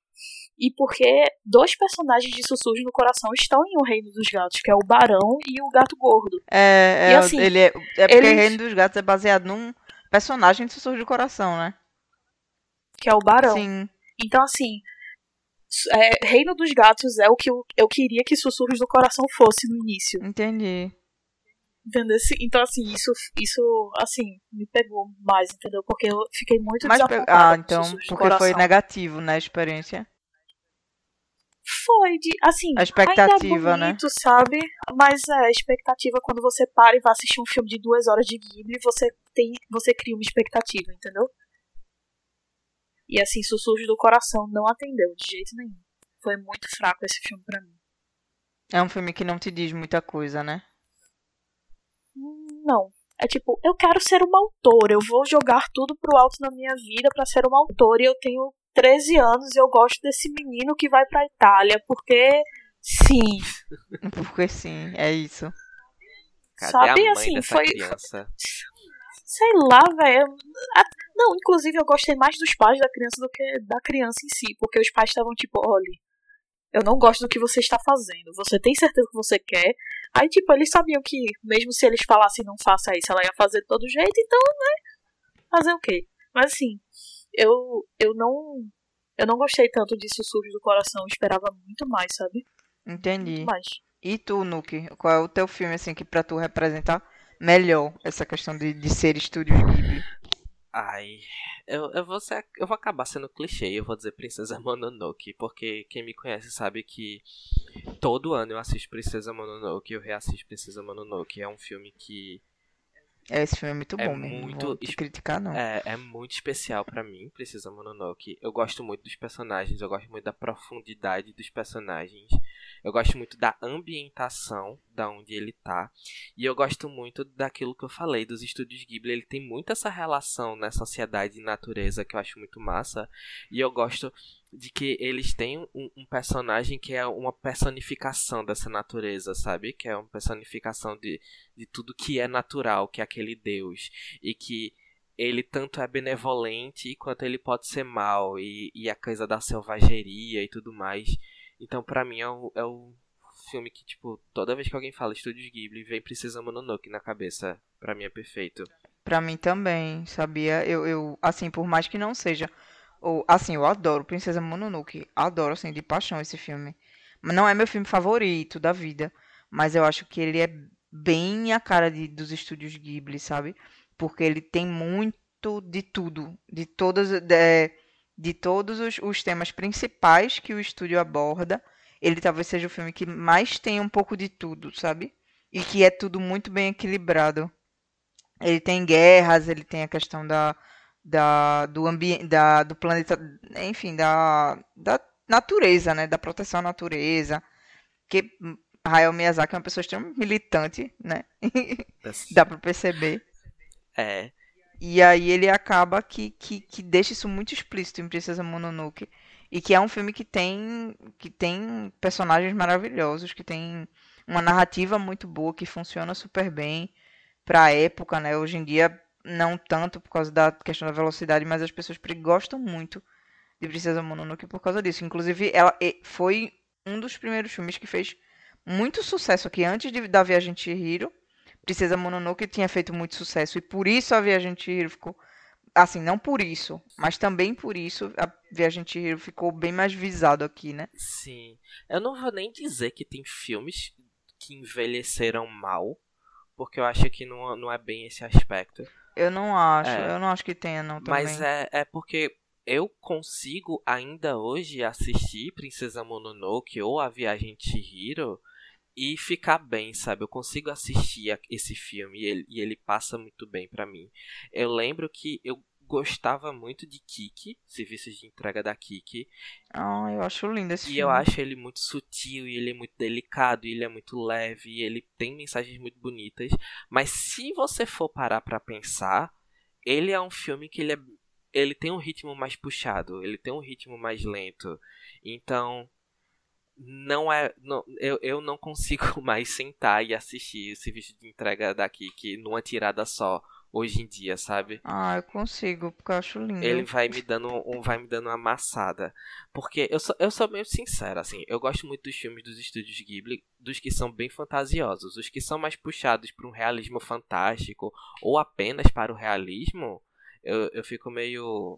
E porque dois personagens de Sussurros no Coração estão em O Reino dos Gatos, que é o Barão e o Gato Gordo. É, E é, assim, ele é, é porque eles- Reino dos Gatos é baseado num personagem de Sussurro do Coração, né? que é o Barão. Sim, Então assim, é, Reino dos Gatos é o que eu, eu queria que Sussurros do Coração fosse no início. entendi. Entendeu? Então, assim, isso, isso assim, me pegou mais, entendeu? Porque eu fiquei muito Mas, pe- desapontada ah, com então, Sussurros do porque foi Coração. negativo, né, a experiência. Foi de, assim, A expectativa, ainda é né? bonito, sabe? Mas é, a expectativa quando você para e vai assistir um filme de duas horas de Ghibli, você tem, você cria uma expectativa, entendeu? E assim, Sussurros do Coração não atendeu de jeito nenhum. Foi muito fraco esse filme pra mim. É um filme que não te diz muita coisa, né? Hum, Não. É tipo, eu quero ser uma autora, eu vou jogar tudo pro alto na minha vida pra ser uma autora e eu tenho treze anos e eu gosto desse menino que vai pra Itália, porque sim, Porque sim, é isso. Cadê sabe? a mãe Assim, dessa foi, criança? sei lá, velho. A- Não, inclusive eu gostei mais dos pais da criança do que da criança em si, porque os pais estavam tipo, olha, eu não gosto do que você está fazendo, você tem certeza que você quer? Aí, tipo, eles sabiam que mesmo se eles falassem não faça isso, ela ia fazer de todo jeito, então, né, fazer o quê? Mas assim, eu, eu não eu não gostei tanto de Sussurros do Coração, eu esperava muito mais, sabe? Entendi. Muito mais. E tu, Nuke, qual é o teu filme, assim, que pra tu representar melhor essa questão de, de ser estúdio Ghibli? Ai, eu, eu, vou ser, eu vou acabar sendo clichê e eu vou dizer Princesa Mononoke, porque quem me conhece sabe que todo ano eu assisto Princesa Mononoke, eu reassisto Princesa Mononoke. É um filme que Esse filme é muito é bom mesmo, não muito vou te es- criticar não. é, é muito especial pra mim, Princesa Mononoke. Eu gosto muito dos personagens, eu gosto muito da profundidade dos personagens. Eu gosto muito da ambientação, da onde ele tá. E eu gosto muito daquilo que eu falei, dos estúdios Ghibli. Ele tem muito essa relação, né, sociedade e natureza, que eu acho muito massa. E eu gosto de que eles têm um, um personagem que é uma personificação dessa natureza, sabe? Que é uma personificação de, de tudo que é natural, que é aquele Deus. E que ele tanto é benevolente quanto ele pode ser mal. E, e a coisa da selvageria e tudo mais. Então, pra mim, é o, é o filme que, tipo, toda vez que alguém fala Estúdios Ghibli, vem Princesa Mononoke na cabeça. Pra mim é perfeito. Pra mim também, sabia? Eu, eu, assim, por mais que não seja, ou, assim, eu adoro Princesa Mononoke, adoro, assim, de paixão esse filme. Mas não é meu filme favorito da vida, mas eu acho que ele é bem a cara de, dos estúdios Ghibli, sabe? Porque ele tem muito de tudo, de todas, de, de todos os, os temas principais que o estúdio aborda. Ele talvez seja o filme que mais tem um pouco de tudo, sabe? E que é tudo muito bem equilibrado. Ele tem guerras, ele tem a questão da, da, do ambiente, da, do planeta, enfim, da, da natureza, né? Da proteção à natureza. Porque Hayao Miyazaki é uma pessoa extremamente militante, né? Dá pra perceber. É, E aí ele acaba que, que, que deixa isso muito explícito em Princesa Mononoke. E que é um filme que tem, que tem personagens maravilhosos, que tem uma narrativa muito boa, que funciona super bem pra época, né? Hoje em dia, não tanto por causa da questão da velocidade, mas as pessoas pre- gostam muito de Princesa Mononoke por causa disso. Inclusive, ela e- foi um dos primeiros filmes que fez muito sucesso aqui. Antes de, da Viagem de Chihiro, Princesa Mononoke tinha feito muito sucesso. E por isso a Viagem de Chihiro ficou... Assim, não por isso, mas também por isso a Viagem de Chihiro ficou bem mais visado aqui, né? sim. Eu não vou nem dizer que tem filmes que envelheceram mal, porque eu acho que não, não é bem esse aspecto. Eu não acho, É, eu não acho que tenha não mas também. é, é porque eu consigo ainda hoje assistir Princesa Mononoke ou A Viagem de Chihiro e ficar bem, sabe? Eu consigo assistir a- esse filme e ele, e ele passa muito bem pra mim. Eu lembro que eu gostava muito de Kiki, serviços de entrega da Kiki, Ah, eu acho lindo esse e eu filme. acho ele muito sutil, e ele é muito delicado, e ele é muito leve, e ele tem mensagens muito bonitas. Mas se você for parar pra pensar, ele é um filme que ele é, ele tem um ritmo mais puxado, ele tem um ritmo mais lento. Então, não é, não- eu, eu não consigo mais sentar e assistir o serviço de entrega da Kiki numa tirada só, hoje em dia, sabe? Ah, eu consigo, porque eu acho Ele lindo. vai me dando um, vai me dando uma amassada. Porque eu sou, eu sou meio sincero, assim, eu gosto muito dos filmes dos estúdios Ghibli, dos que são bem fantasiosos. Os que são mais puxados para um realismo fantástico, ou apenas para o realismo, eu, eu fico meio.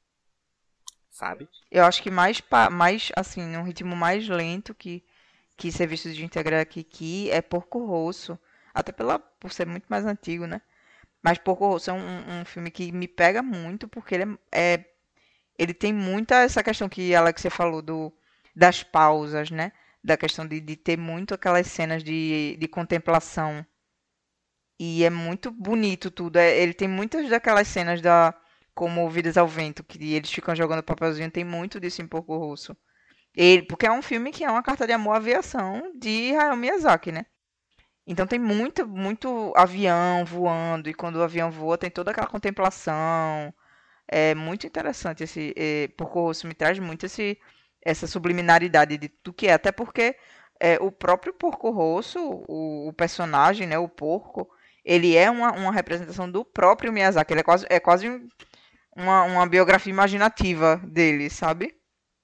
Sabe? Eu acho que mais, pa- mais assim, num ritmo mais lento que, que Serviços de Integrar Kiki é Porco Rosso. Até pela, por ser muito mais antigo, né? Mas Porco Rosso é um, um um filme que me pega muito, porque ele é, é- ele tem muita essa questão que a Alexia falou do, das pausas, né? Da questão de, de ter muito aquelas cenas de, de contemplação. E é muito bonito tudo. É- ele tem muitas daquelas cenas da como Vidas ao Vento, que eles ficam jogando papelzinho, tem muito disso em Porco Rosso. Ele, porque é um filme que é uma carta de amor à aviação de Hayao Miyazaki, né? Então tem muito, muito avião voando, e quando o avião voa tem toda aquela contemplação. É muito interessante esse eh, Porco Rosso me traz muito esse, essa subliminaridade de do que é, até porque é, o próprio Porco Rosso, o, o personagem, né, o porco, ele é uma, uma representação do próprio Miyazaki. Ele é quase, é quase um- uma, uma biografia imaginativa dele, sabe?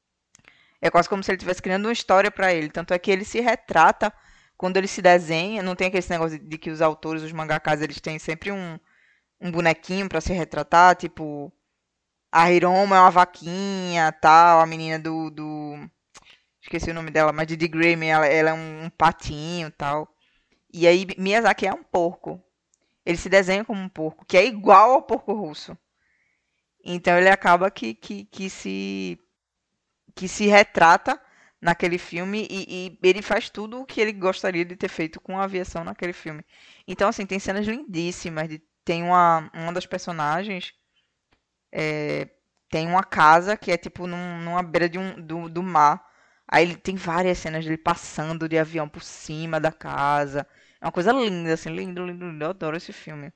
É quase como se ele estivesse criando uma história para ele. Tanto é que ele se retrata quando ele se desenha. Não tem aquele negócio de, de que os autores, os mangakas, eles têm sempre um, um bonequinho para se retratar. Tipo, a Hiroma é uma vaquinha, tal. A menina do... do esqueci o nome dela, mas de The Grammy, ela, ela é um, um patinho, tal. E aí Miyazaki é um porco. Ele se desenha como um porco, que é igual ao porco russo. Então ele acaba que, que, que se que se retrata naquele filme e, e ele faz tudo o que ele gostaria de ter feito com a aviação naquele filme. Então, assim, tem cenas lindíssimas. De, tem uma, uma das personagens é, tem uma casa que é tipo num, numa beira de um, do, do mar. Aí ele tem várias cenas dele passando de avião por cima da casa. É uma coisa linda, assim, lindo, lindo, lindo. Eu adoro esse filme.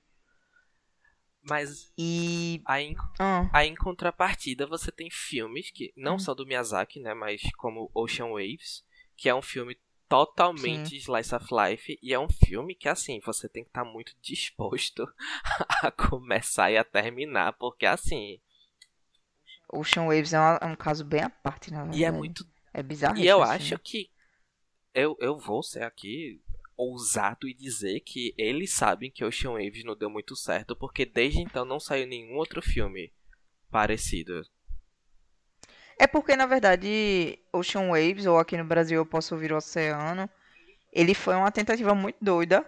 Mas E. aí, em- Ah, aí em contrapartida você tem filmes que não Hum. são do Miyazaki, né? Mas como Ocean Waves, que é um filme totalmente slice of life. E é um filme que, assim, você tem que estar muito disposto a começar e a terminar. Porque, assim, Ocean Waves é, uma- é um caso bem à parte, na verdade. e é muito. É bizarro E eu esse acho filme. que eu, eu vou ser aqui ousado e dizer que eles sabem que Ocean Waves não deu muito certo, porque desde então não saiu nenhum outro filme parecido. É porque, na verdade, Ocean Waves, ou aqui no Brasil eu posso ouvir o Oceano, ele foi uma tentativa muito doida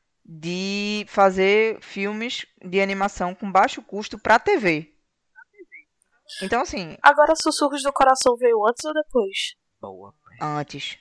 de fazer filmes de animação com baixo custo pra T V. Então, assim, Agora, Sussurros do Coração veio antes ou depois? Boa. antes.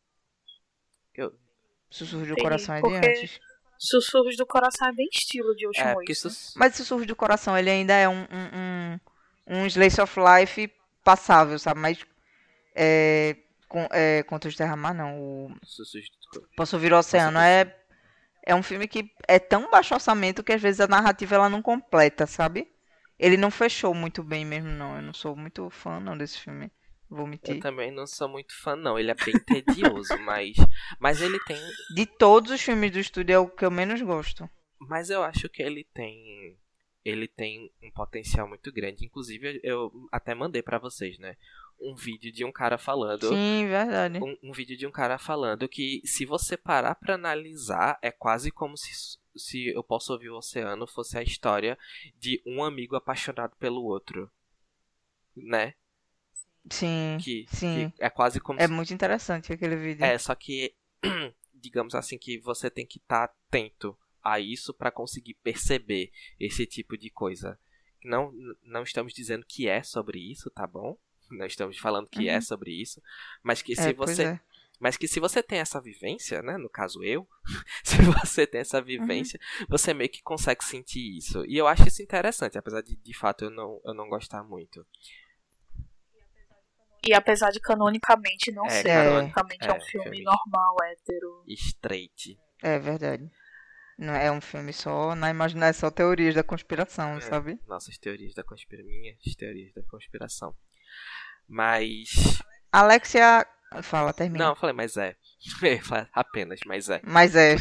Eu, Sussurros do Entendi, Coração é de porque- antes. Sussurros do Coração é bem estilo de Ocean é, porque Waves. né? isso. Mas Sussurros do Coração, ele ainda é um, um, um, um slice of life passável, sabe? Mas, é, com, é, Contos de Terra-Mar, não. O Posso Ouvir o Oceano é, é um filme que é tão baixo orçamento que às vezes a narrativa ela não completa, sabe? Ele não fechou muito bem mesmo, não. Eu não sou muito fã, não, desse filme. Vou Eu mentir. também não sou muito fã, não. Ele é bem tedioso, mas. Mas ele tem. De todos os filmes do estúdio é o que eu menos gosto. Mas eu acho que ele tem. Ele tem um potencial muito grande. Inclusive, eu até mandei pra vocês, né? Um vídeo de um cara falando. Sim, verdade. Um, um vídeo de um cara falando que se você parar pra analisar, é quase como se, se Eu Posso Ouvir o Oceano fosse a história de um amigo apaixonado pelo outro. Né? Sim, Que, sim. que é quase como É se. muito interessante aquele vídeo. É, só que, digamos assim, que você tem que estar atento a isso pra conseguir perceber esse tipo de coisa. Não, não estamos dizendo que é sobre isso, tá bom? Não estamos falando que é Uhum. sobre isso, mas que se É, pois você, é. mas que se você tem essa vivência, né, no caso eu, se você tem essa vivência, você meio que consegue sentir isso. E eu acho isso interessante, apesar de de fato eu não, eu não gostar muito. E apesar de canonicamente não É, ser, canônico, canonicamente é, é, um filme filme- normal, hétero. Straight. É verdade. Não é um filme só na imaginação, é só teorias da conspiração, É, sabe? Nossas teorias da conspiração, minhas teorias da conspiração. Mas Alexia. Fala, termina. não, eu falei, mas é. Eu ia falar apenas, mas é. Mas é.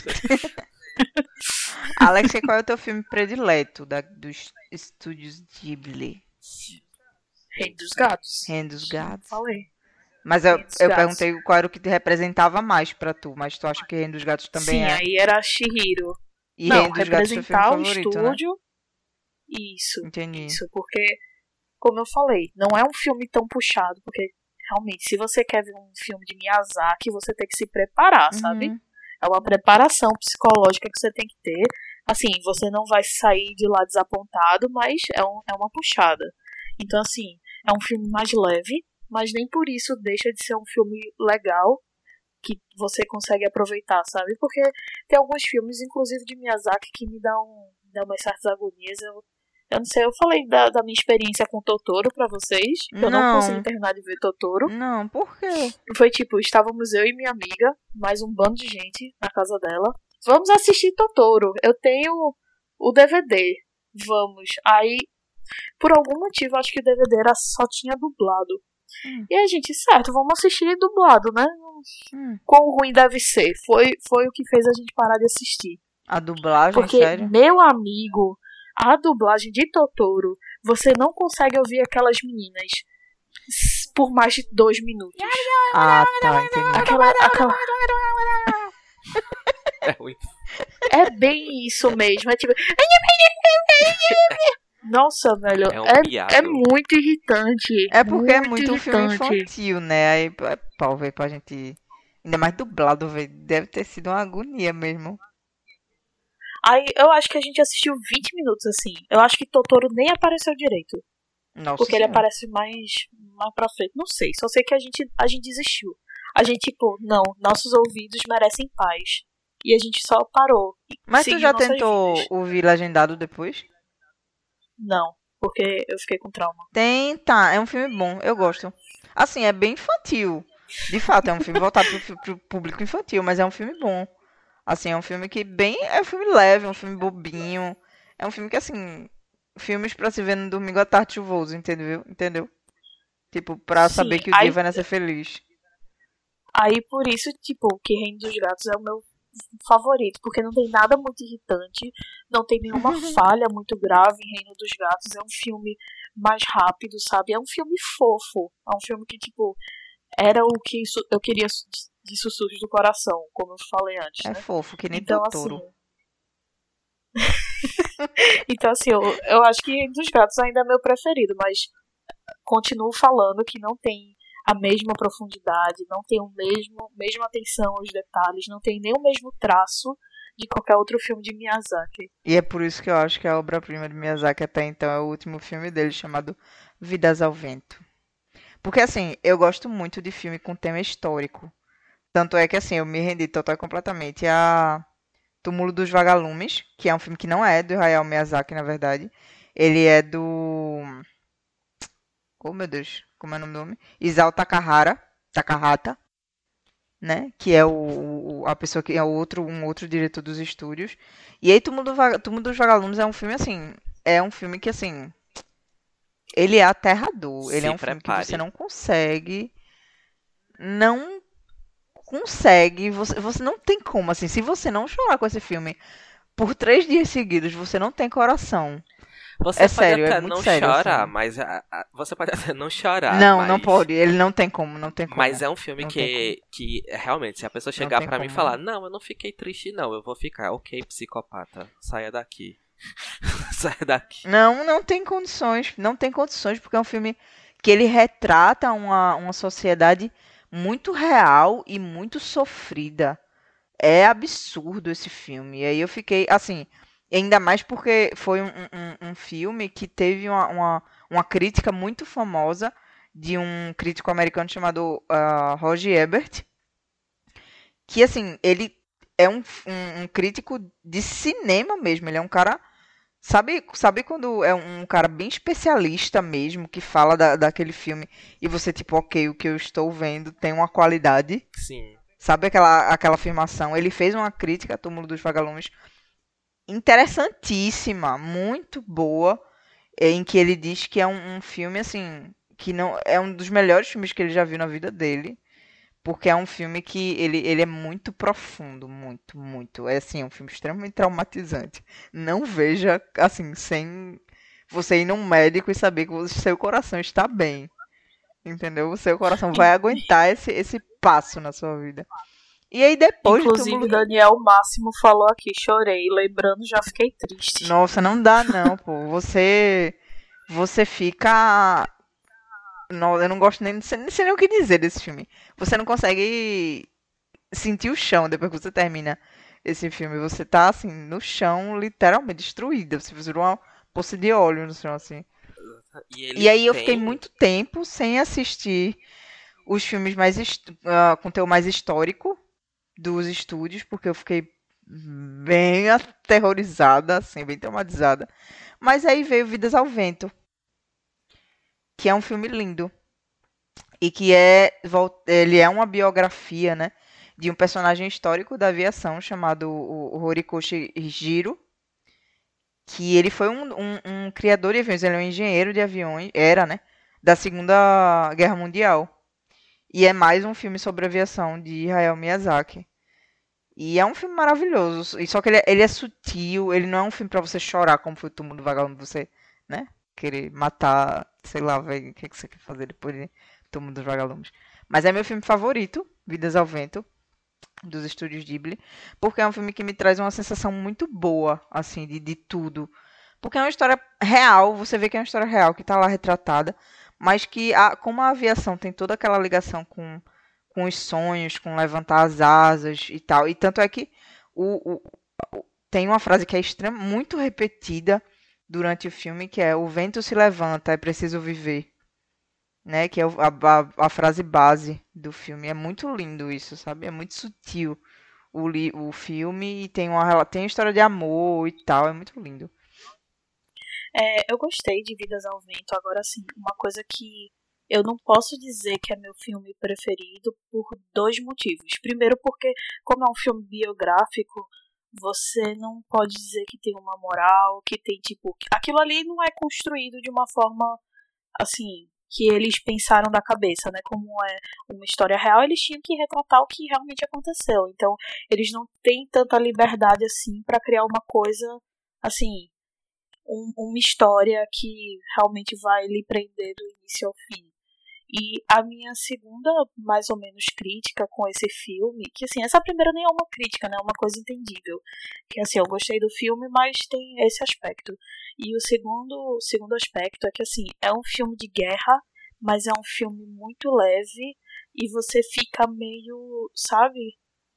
Alexia, qual é o teu filme predileto da, dos estúdios Ghibli? Rei dos Gatos. Reino dos Gatos. Falei. Mas eu, Reino dos eu Gatos. perguntei qual era o que te representava mais pra tu, mas tu acha que Reino dos Gatos também Sim, é? aí era Shihiro. E não, Reino dos Gatos é o filme representar o favorito, né? estúdio. Isso, Entendi. isso, porque, como eu falei, não é um filme tão puxado, porque realmente, se você quer ver um filme de Miyazaki, você tem que se preparar, sabe? Uhum. É uma preparação psicológica que você tem que ter. Assim, você não vai sair de lá desapontado, mas é, um, é uma puxada. Então, assim, é um filme mais leve, mas nem por isso deixa de ser um filme legal que você consegue aproveitar, sabe? Porque tem alguns filmes, inclusive de Miyazaki, que me dão, dão umas certas agonias. Eu, eu não sei, eu falei da, da minha experiência com Totoro pra vocês. que Eu não Não. consegui terminar de ver Totoro. Não, por quê? Foi tipo, estávamos eu e minha amiga, mais um bando de gente na casa dela. Vamos assistir Totoro. Eu tenho o D V D. Vamos. Aí, por algum motivo, acho que o D V D era, só tinha dublado. Hum. E a gente, certo, vamos assistir dublado, né? Hum. Quão ruim deve ser. Foi, foi o que fez a gente parar de assistir. A dublagem, Porque, sério? meu amigo, a dublagem de Totoro, você não consegue ouvir aquelas meninas s- por mais de dois minutos. Ah, tá, entendi. Aquela, aquela... É ruim. É bem isso mesmo. É tipo. Nossa, velho. É um É, piado. é muito irritante. É porque é muito filme irritante. infantil, né? Aí, é pau, velho, pra gente... Ainda mais dublado, velho. Deve ter sido uma agonia mesmo. Aí eu acho que a gente assistiu vinte minutos assim. Eu acho que Totoro nem apareceu direito. Nossa Porque ele Senhora. aparece mais, mais pra frente. Não sei, só sei que a gente, a gente desistiu. A gente, tipo, não, nossos ouvidos merecem paz. E a gente só parou. E Mas tu seguiu já nossas tentou vidas. ouvir legendado depois? Não, porque eu fiquei com trauma. Tenta, é um filme bom, eu gosto. Assim, é bem infantil. De fato, é um filme voltado pro, fi- pro público infantil, mas é um filme bom. Assim, é um filme que bem. É um filme leve, é um filme bobinho. É um filme que, assim. Filmes pra se ver no domingo à tarde chuvoso, entendeu? Entendeu? Tipo, pra Sim, saber que o dia aí, vai nascer feliz. aí por isso, tipo, que Reino dos Gatos é o meu favorito. Porque não tem nada muito irritante, não tem nenhuma falha muito grave em Reino dos Gatos. É um filme mais rápido, sabe? É um filme fofo. É um filme que, tipo, era o que su- eu queria su- de sussurros do coração, como eu falei antes, É né? fofo, que nem Então, assim. Totoro. Então, assim, eu, eu acho que Reino dos Gatos ainda é meu preferido, mas continuo falando que não tem a mesma profundidade, não tem o mesmo mesma atenção aos detalhes, não tem nem o mesmo traço de qualquer outro filme de Miyazaki. E é por isso que eu acho que a obra-prima de Miyazaki até então é o último filme dele, chamado Vidas ao Vento. Porque, assim, eu gosto muito de filme com tema histórico. Tanto é que, assim, eu me rendi total e completamente a Túmulo dos Vagalumes, que é um filme que não é do Hayao Miyazaki, na verdade. Ele é do... Oh, meu Deus, como é o nome do nome? Isao Takahara, Takahata, né? Que é o, o- a pessoa que é o outro, um outro diretor dos estúdios. E aí, Túmulo, do Vaga- Túmulo dos Vagalumes é um filme, assim... É um filme que, assim... Ele é aterrador. Ele é Se um filme que você prepare. não consegue... Não consegue, você, você não tem como, assim, se você não chorar com esse filme por três dias seguidos, você não tem coração. Você É pode sério, é até muito não sério, chorar, assim. mas a- a- você pode até não chorar, Não, não mas pode, ele não tem como, não tem como. mas é um filme Não tem que que realmente se a pessoa Não chegar tem pra mim e como. falar: "Não, eu não fiquei triste não, eu vou ficar". OK, psicopata, saia daqui. Saia daqui. Não, não tem condições, não tem condições, porque é um filme que ele retrata uma, uma sociedade muito real e muito sofrida. É absurdo esse filme. E aí eu fiquei, assim, ainda mais porque foi um, um- um filme que teve uma, uma, uma crítica muito famosa de um crítico americano chamado ah, Roger Ebert, que, assim, ele é um, um, um crítico de cinema mesmo. Ele é um cara, sabe, sabe quando é um cara bem especialista mesmo, que fala da, daquele filme e você, tipo, ok, o que eu estou vendo tem uma qualidade. Sim. Sabe aquela, aquela afirmação? Ele fez uma crítica a Túmulo dos Vagalumes interessantíssima, muito boa, em que ele diz que é um, um filme, assim, que não é um dos melhores filmes que ele já viu na vida dele, porque é um filme que ele, ele é muito profundo, muito, muito. É, assim, um filme extremamente traumatizante. Não veja, assim, sem você ir num médico e saber que o seu coração está bem. Entendeu? O seu coração vai aguentar esse, esse passo na sua vida. E aí depois de Inclusive, Túmulo... Daniel Máximo falou aqui, chorei, lembrando, já fiquei triste. Nossa, não dá não, pô. Você você fica... Não, eu não gosto nem, não sei, não sei nem o que dizer desse filme. Você não consegue sentir o chão depois que você termina esse filme. Você tá, assim, no chão, literalmente destruída. Você virou uma poça de óleo no chão, assim. E ele E aí eu fiquei tem muito tempo sem assistir os filmes mais hist- ah, com teor mais histórico dos estúdios, porque eu fiquei bem aterrorizada, assim, bem traumatizada. Mas aí veio Vidas ao Vento, que é um filme lindo e que é vol- ele é uma biografia, né, de um personagem histórico da aviação chamado o, o Horikoshi Jiro, que ele foi um, um- um criador de aviões, ele é um engenheiro de aviões, era, né, da Segunda Guerra Mundial. E é mais um filme sobre aviação de Hayao Miyazaki. E é um filme maravilhoso. E só que ele é, ele é sutil, ele não é um filme pra você chorar, como foi o Túmulo do Vagalume, você, né? Querer matar, sei lá, velho, o que, que você quer fazer depois de Túmulo dos Vagalumes. Mas é meu filme favorito, Vidas ao Vento, dos estúdios Ghibli, porque é um filme que me traz uma sensação muito boa, assim, de, de tudo. Porque é uma história real, você vê que é uma história real, que tá lá retratada, mas que, a, como a aviação tem toda aquela ligação com, com os sonhos, com levantar as asas e tal, e tanto é que o, o- o- tem uma frase que é extrema, muito repetida durante o filme, que é o vento se levanta, é preciso viver, né? Que é o- a, a, a frase base do filme. É muito lindo isso, sabe? É muito sutil o, li, o filme e tem uma, rela- tem história de amor e tal, é muito lindo. É, eu gostei de Vidas ao Vento. Agora, sim, uma coisa que eu não posso dizer que é meu filme preferido por dois motivos. Primeiro, porque, como é um filme biográfico, você não pode dizer que tem uma moral, que tem, tipo. Aquilo ali não é construído de uma forma, assim, que eles pensaram da cabeça, né? Como é uma história real, eles tinham que retratar o que realmente aconteceu. Então, eles não têm tanta liberdade, assim, pra criar uma coisa, assim. Um, uma história que realmente vai lhe prender do início ao fim. E a minha segunda, mais ou menos, crítica com esse filme, que assim, essa primeira nem é uma crítica, né? É uma coisa entendível. Que assim, eu gostei do filme, mas tem esse aspecto. E o segundo, o segundo aspecto é que assim, é um filme de guerra, mas é um filme muito leve e você fica meio, sabe?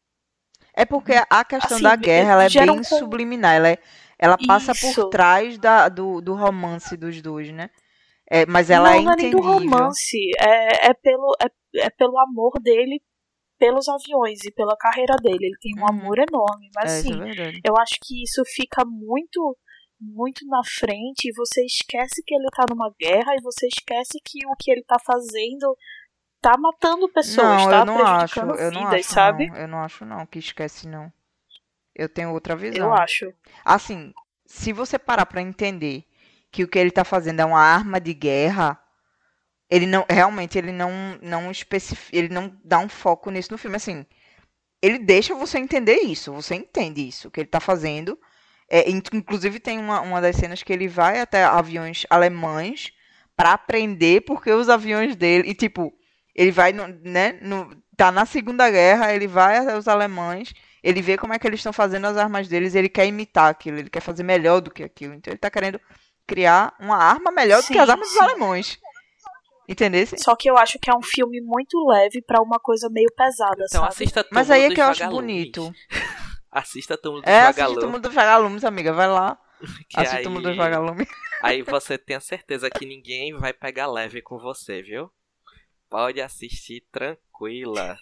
É porque a questão Assim, da guerra, ela é gera um bem subliminar, ela, é, ela passa por isso. trás da, do, do romance dos dois, né? É, mas ela é Não, não é nem do entendível. romance, é, é, pelo, é, é pelo amor dele pelos aviões e pela carreira dele. Ele tem um Uhum. amor enorme, mas É, isso é assim, verdade. eu acho que isso fica muito, muito na frente e você esquece que ele tá numa guerra e você esquece que o que ele tá fazendo tá matando pessoas, Não, eu tá não acho, prejudicando eu não vidas, acho sabe? não, eu não acho não, que esquece não. Eu tenho outra Eu visão. acho. Assim, se você parar pra entender que o que ele tá fazendo é uma arma de guerra, ele não, realmente, ele não, não especifica, ele não dá um foco nisso no filme, assim, ele deixa você entender isso, você entende isso, o que ele tá fazendo. É, in- inclusive tem uma, uma das cenas que ele vai até aviões alemães pra aprender porque os aviões dele, e tipo, ele vai, no, né, no, tá na Segunda Guerra, ele vai até os alemães, ele vê como é que eles estão fazendo as armas deles, e ele quer imitar aquilo, ele quer fazer melhor do que aquilo. Então ele tá querendo criar uma arma melhor do que as Sim, armas dos sim. alemães. Entendesse? Só que eu acho que é um filme muito leve pra uma coisa meio pesada, Então sabe? assista Mas Túmulo aí é dos que eu acho Vagalumes. bonito. Assista Túmulo dos É, assiste o Vagalumes. Túmulo dos Vagalumes, amiga. Vai lá. Que Assiste o Túmulo dos aí, Vagalumes. aí você tenha certeza que ninguém vai pegar leve com você, viu? Pode assistir tranquila.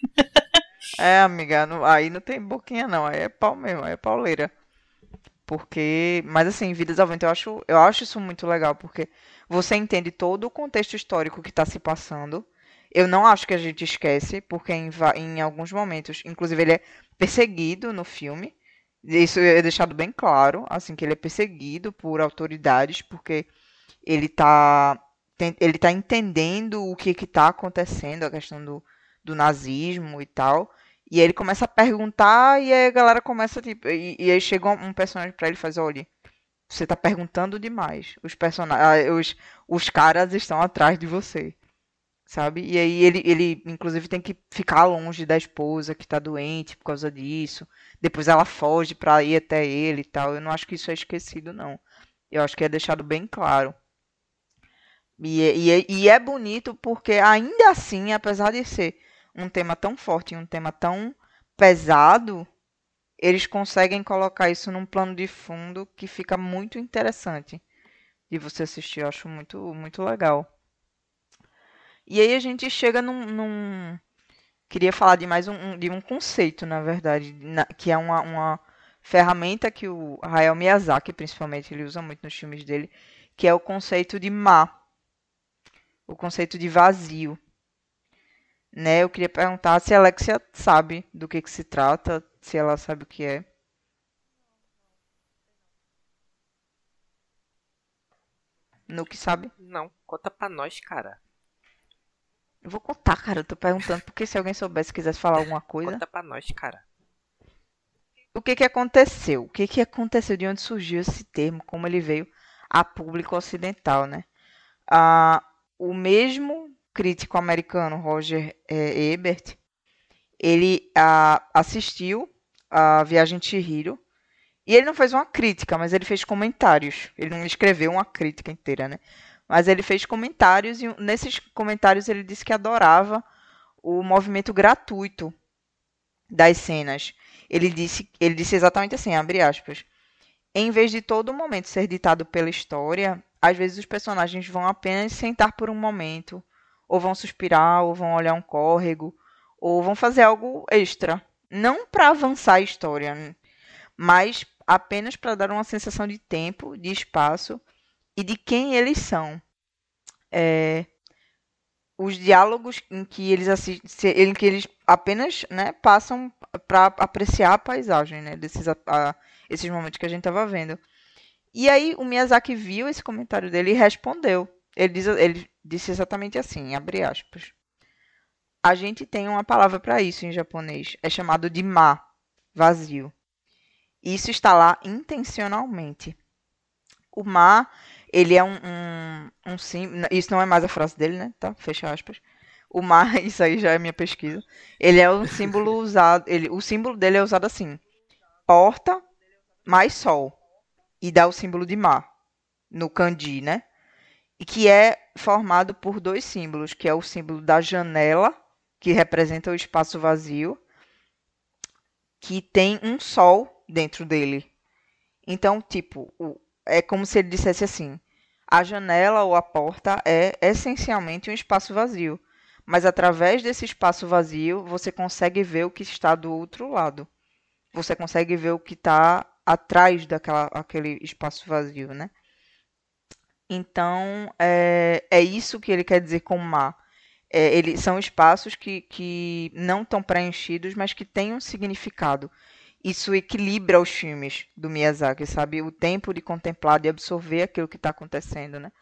É, amiga, não- aí não tem boquinha não, aí é pau mesmo, aí é pauleira. Porque, mas assim, Vidas ao Vento eu acho, eu acho isso muito legal, porque você entende todo o contexto histórico que está se passando. Eu não acho que a gente esquece, porque em, va- em alguns momentos, inclusive ele é perseguido no filme. Isso é deixado bem claro, assim, que ele é perseguido por autoridades, porque ele tá, tem- ele tá entendendo o que que tá acontecendo, a questão do, do nazismo e tal. E aí ele começa a perguntar e aí a galera começa, tipo, e, e aí chega um, um personagem pra ele e faz, olha, você tá perguntando demais. Os personagens, os, os caras estão atrás de você, sabe? E aí ele, ele, inclusive, tem que ficar longe da esposa que tá doente por causa disso. Depois ela foge pra ir até ele e tal. Eu não acho que isso é esquecido, não. Eu acho que é deixado bem claro. E, é- e, é- e é bonito porque ainda assim, apesar de ser um tema tão forte e um tema tão pesado, eles conseguem colocar isso num plano de fundo que fica muito interessante de você assistir. Eu acho muito, muito legal. E aí a gente chega num, num- queria falar de mais um, um- de um conceito, na verdade, na- que é uma, uma ferramenta que o Hayao Miyazaki, principalmente, ele usa muito nos filmes dele, que é o conceito de ma, o conceito de vazio. Né? Eu queria perguntar se a Alexia sabe do que que se trata, se ela sabe o que é. No que sabe? Não, conta pra nós, cara. Eu vou contar, cara. Eu tô perguntando porque se alguém soubesse, quisesse falar alguma coisa. Conta pra nós, cara. O que que aconteceu? O que que aconteceu? De onde surgiu esse termo? Como ele veio a público ocidental, né? Ah, o mesmo crítico americano, Roger eh, Ebert, ele ah, assistiu a Viagem de Chihiro e ele não fez uma crítica, mas ele fez comentários. Ele não escreveu uma crítica inteira, né? Mas ele fez comentários e nesses comentários ele disse que adorava o movimento gratuito das cenas. Ele disse, ele disse exatamente assim, abre aspas. em vez de todo momento ser ditado pela história, às vezes os personagens vão apenas sentar por um momento, ou vão suspirar, ou vão olhar um córrego, ou vão fazer algo extra. Não para avançar a história, mas apenas para dar uma sensação de tempo, de espaço e de quem eles são. É, os diálogos em que eles assistem, em que eles apenas, né, passam para apreciar a paisagem, né, desses a, a, esses momentos que a gente estava vendo. E aí o Miyazaki viu esse comentário dele e respondeu. Ele, diz, ele disse exatamente assim, abre aspas. A gente tem uma palavra para isso em japonês. É chamado de ma, vazio. Isso está lá intencionalmente. O ma, ele é um, um, um símbolo. Isso não é mais a frase dele, né? Tá? Fecha aspas. O ma, isso aí já é minha pesquisa. Ele é um símbolo usado. Ele, o símbolo dele é usado assim: porta mais sol. E dá o símbolo de ma no kanji, né? E que é formado por dois símbolos, que é o símbolo da janela, que representa o espaço vazio, que tem um sol dentro dele. Então, tipo, o, é como se ele dissesse assim: a janela ou a porta é essencialmente um espaço vazio, mas através desse espaço vazio você consegue ver o que está do outro lado. Você consegue ver o que está atrás daquela aquele espaço vazio, né? Então, é, é isso que ele quer dizer com ma. É, ele, são espaços que, que não estão preenchidos, mas que têm um significado. Isso equilibra os filmes do Miyazaki, sabe? O tempo de contemplar, de absorver aquilo que está acontecendo, né?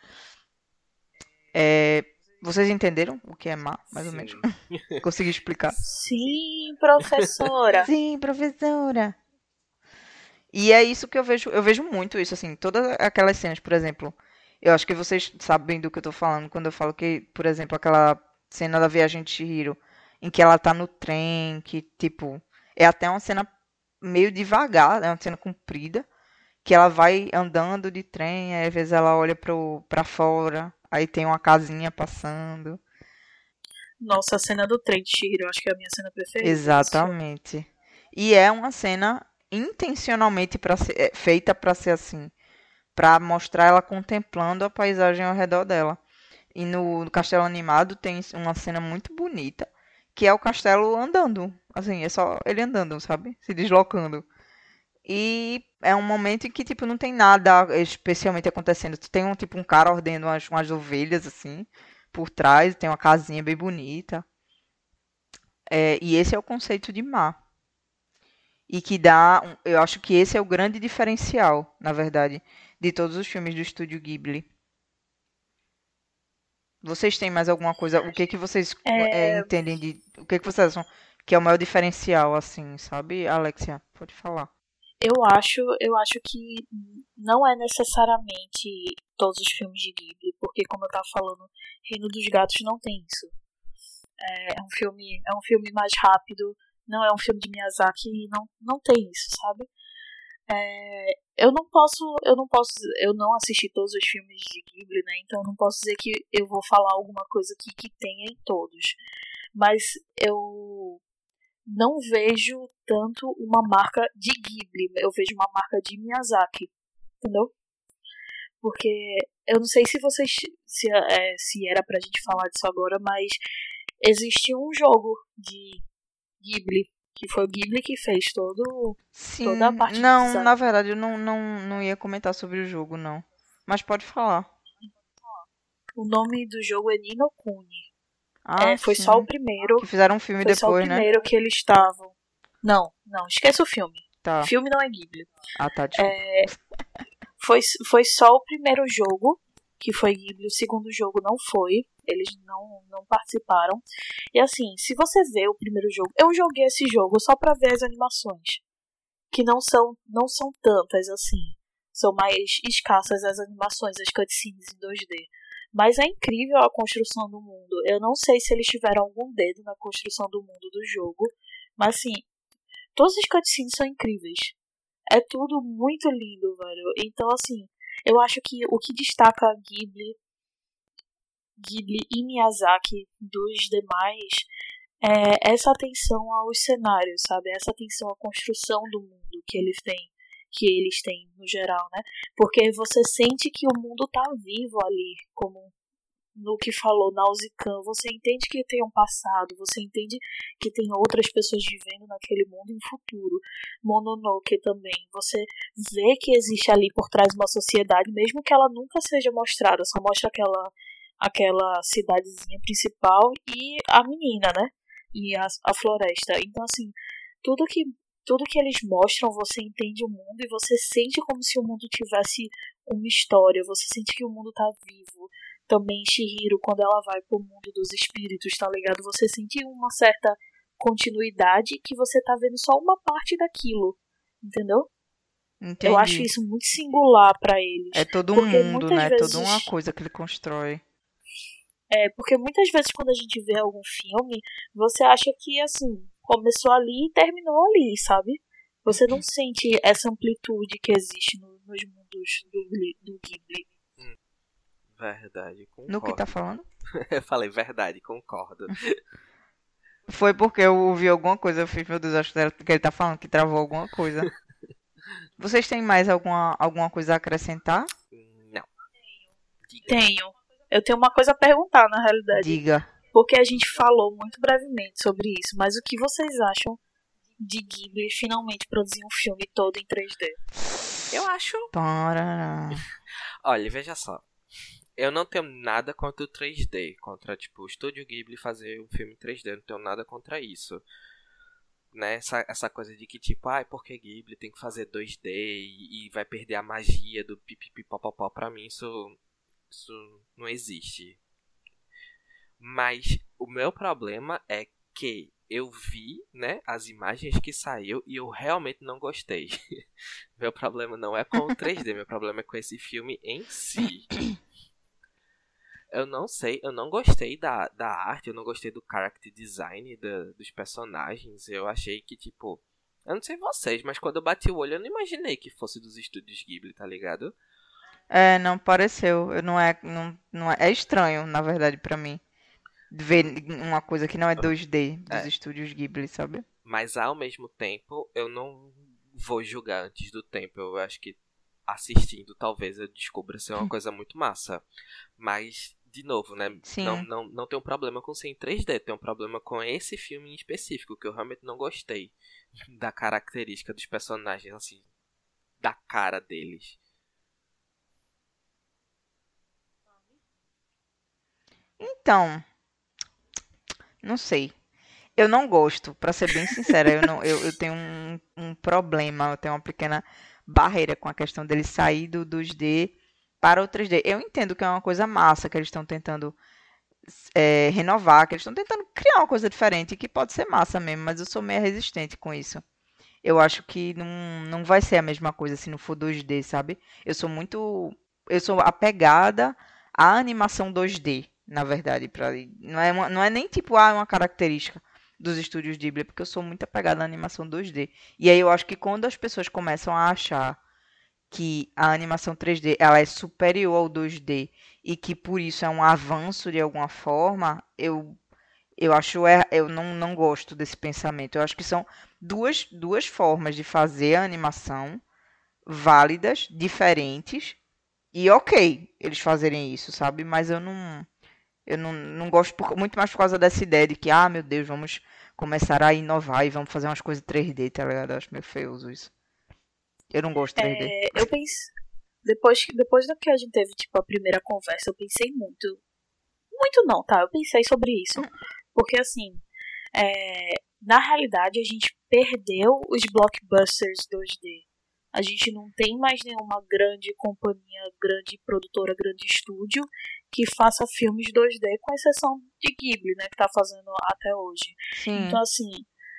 É, vocês entenderam o que é ma, mais ou menos? Consegui explicar? Sim, professora. Sim, professora. E é isso que eu vejo, eu vejo muito isso, assim, todas aquelas cenas, por exemplo, eu acho que vocês sabem do que eu tô falando quando eu falo que, por exemplo, aquela cena da Viagem de Chihiro, em que ela tá no trem, que, tipo, é até uma cena meio devagar, é uma cena comprida, que ela vai andando de trem, aí às vezes ela olha pro, pra fora, aí tem uma casinha passando. Nossa, a cena do trem de Chihiro, eu acho que é a minha cena preferida. Exatamente. E é uma cena intencionalmente pra ser, é, feita para ser assim, para mostrar ela contemplando a paisagem ao redor dela. E no, no Castelo Animado tem uma cena muito bonita, que é o castelo andando, assim, é só ele andando, sabe? Se deslocando. E é um momento em que, tipo, não tem nada especialmente acontecendo. Tu tem um, tipo, um cara ordenando umas, umas ovelhas, assim, por trás, tem uma casinha bem bonita. É, e esse é o conceito de mar. E que dá, um- eu acho que esse é o grande diferencial, na verdade, de todos os filmes do estúdio Ghibli. Vocês têm mais alguma coisa? O que que vocês é, É, entendem de, o que que vocês acham que é o maior diferencial, assim, sabe, Alexia? Pode falar. eu acho, eu acho que não é necessariamente todos os filmes de Ghibli, porque como eu tava falando, Reino dos Gatos não tem isso. É é um filme, é um filme mais rápido, não é um filme de Miyazaki e não, não tem isso, sabe? É, eu não posso, eu não posso, eu não assisti todos os filmes de Ghibli, né? Então eu não posso dizer que eu vou falar alguma coisa aqui que tenha em todos. Mas eu não vejo tanto uma marca de Ghibli, eu vejo uma marca de Miyazaki, entendeu? Porque eu não sei se vocês se, é, se era pra gente falar disso agora, mas existe um jogo de Ghibli, que foi o Ghibli que fez todo, Sim, toda a parte de não, design. na verdade eu não, não, não ia comentar sobre o jogo, não. Mas pode falar. O nome do jogo é Ni no Kuni. Ah, É, foi sim. só o primeiro. Que fizeram um filme Foi só o depois, né? primeiro que eles estavam. Não, não, esquece o filme. Tá. Filme não é Ghibli. Ah, tá, desculpa. É, foi, foi só o primeiro jogo que foi Ghibli, o segundo jogo não foi. Eles não, não participaram. E assim, se você vê o primeiro jogo, eu joguei esse jogo só pra ver as animações, que não são, não são tantas assim. São mais escassas as animações, as cutscenes em dois D. Mas é incrível a construção do mundo. Eu não sei se eles tiveram algum dedo na construção do mundo do jogo, mas assim, todas as cutscenes são incríveis. É tudo muito lindo, velho. Então assim, eu acho que o que destaca Ghibli, Ghibli e Miyazaki dos demais é essa atenção aos cenários, sabe? Essa atenção à construção do mundo que eles têm. que eles têm no geral, né? Porque você sente que o mundo tá vivo ali, como no que falou Nausicaa, você entende que tem um passado, você entende que tem outras pessoas vivendo naquele mundo em futuro. Mononoke também, você vê que existe ali por trás uma sociedade, mesmo que ela nunca seja mostrada, só mostra aquela, aquela cidadezinha principal e a menina, né? E a, a floresta. Então, assim, tudo que, tudo que eles mostram, você entende o mundo e você sente como se o mundo tivesse uma história, você sente que o mundo tá vivo. Também Chihiro, quando ela vai pro mundo dos espíritos, tá ligado? Você sente uma certa continuidade que você tá vendo só uma parte daquilo, entendeu? Entendi. Eu acho isso muito singular pra eles. É todo um porque mundo, muitas né? vezes- Toda uma coisa que ele constrói. É, porque muitas vezes quando a gente vê algum filme, você acha que, assim, começou ali e terminou ali, sabe? Você não sente essa amplitude que existe no- nos mundos do, Gli- do Ghibli. Verdade, concordo. No que tá falando? Eu falei verdade, concordo. Foi porque eu ouvi alguma coisa, eu fiz, meu Deus, acho que era- que ele tá falando que travou alguma coisa. Vocês têm mais alguma, alguma coisa a acrescentar? Não. Diga. Tenho. Eu tenho uma coisa a perguntar, na realidade. Diga. Porque a gente falou muito brevemente sobre isso, mas o que vocês acham de Ghibli finalmente produzir um filme todo em três D? Eu acho. Parará. Olha, veja só. Eu não tenho nada contra o três D. Contra, tipo, o Estúdio Ghibli fazer um filme em três D. Eu não tenho nada contra isso. Né? Essa, essa coisa de que, tipo, ai, porque Ghibli tem que fazer dois D e, e vai perder a magia do pipipipopopó. Pra mim, isso, isso não existe. Mas o meu problema é que eu vi, né, as imagens que saiu e eu realmente não gostei. Meu problema não é com o três D, meu problema é com esse filme em si. Eu não sei, eu não gostei da, da arte, eu não gostei do character design da, dos personagens. Eu achei que, tipo, eu não sei vocês, mas quando eu bati o olho eu não imaginei que fosse dos estúdios Ghibli, tá ligado? É, não pareceu. Eu não é, não, não é, é estranho, na verdade, pra mim. Ver uma coisa que não é dois D dos É. estúdios Ghibli, sabe? Mas ao mesmo tempo, eu não vou julgar antes do tempo. Eu acho que assistindo, talvez eu descubra ser uma coisa muito massa. Mas, de novo, né? Sim. Não, não, não tem um problema com ser em três D. Tem um problema com esse filme em específico, que eu realmente não gostei da característica dos personagens, assim, da cara deles. Então, não sei. Eu não gosto, pra ser bem sincera. Eu, não, eu, eu tenho um, um problema, eu tenho uma pequena barreira com a questão dele sair do dois D para o três D. Eu entendo que é uma coisa massa que eles estão tentando é, renovar, que eles estão tentando criar uma coisa diferente, que pode ser massa mesmo, mas eu sou meio resistente com isso. Eu acho que não, não vai ser a mesma coisa se não for dois D, sabe? Eu sou muito. Eu sou apegada à animação dois D, na verdade. Pra, não, é uma- não é nem tipo ah, uma característica dos estúdios Ghibli, porque eu sou muito apegada à animação dois D. E aí eu acho que quando as pessoas começam a achar que a animação três D ela é superior ao dois D e que por isso é um avanço de alguma forma, eu eu acho é, eu não, não gosto desse pensamento. Eu acho que são duas, duas formas de fazer a animação válidas, diferentes e ok eles fazerem isso, sabe? Mas eu não eu não, não gosto por- muito mais por causa dessa ideia de que, ah, meu Deus, vamos começar a inovar e vamos fazer umas coisas três D, tá ligado? Eu acho meio feioso isso. Eu não gosto de três D. É, eu pensei. Depois, que- depois da que a gente teve, tipo, a primeira conversa, eu pensei muito. Muito não, tá? Eu pensei sobre isso. Porque, assim, é, na realidade, a gente perdeu os blockbusters dois D. A gente não tem mais nenhuma grande companhia, grande produtora, grande estúdio que faça filmes dois D, com exceção de Ghibli, né? Que tá fazendo até hoje. Sim. Então, assim,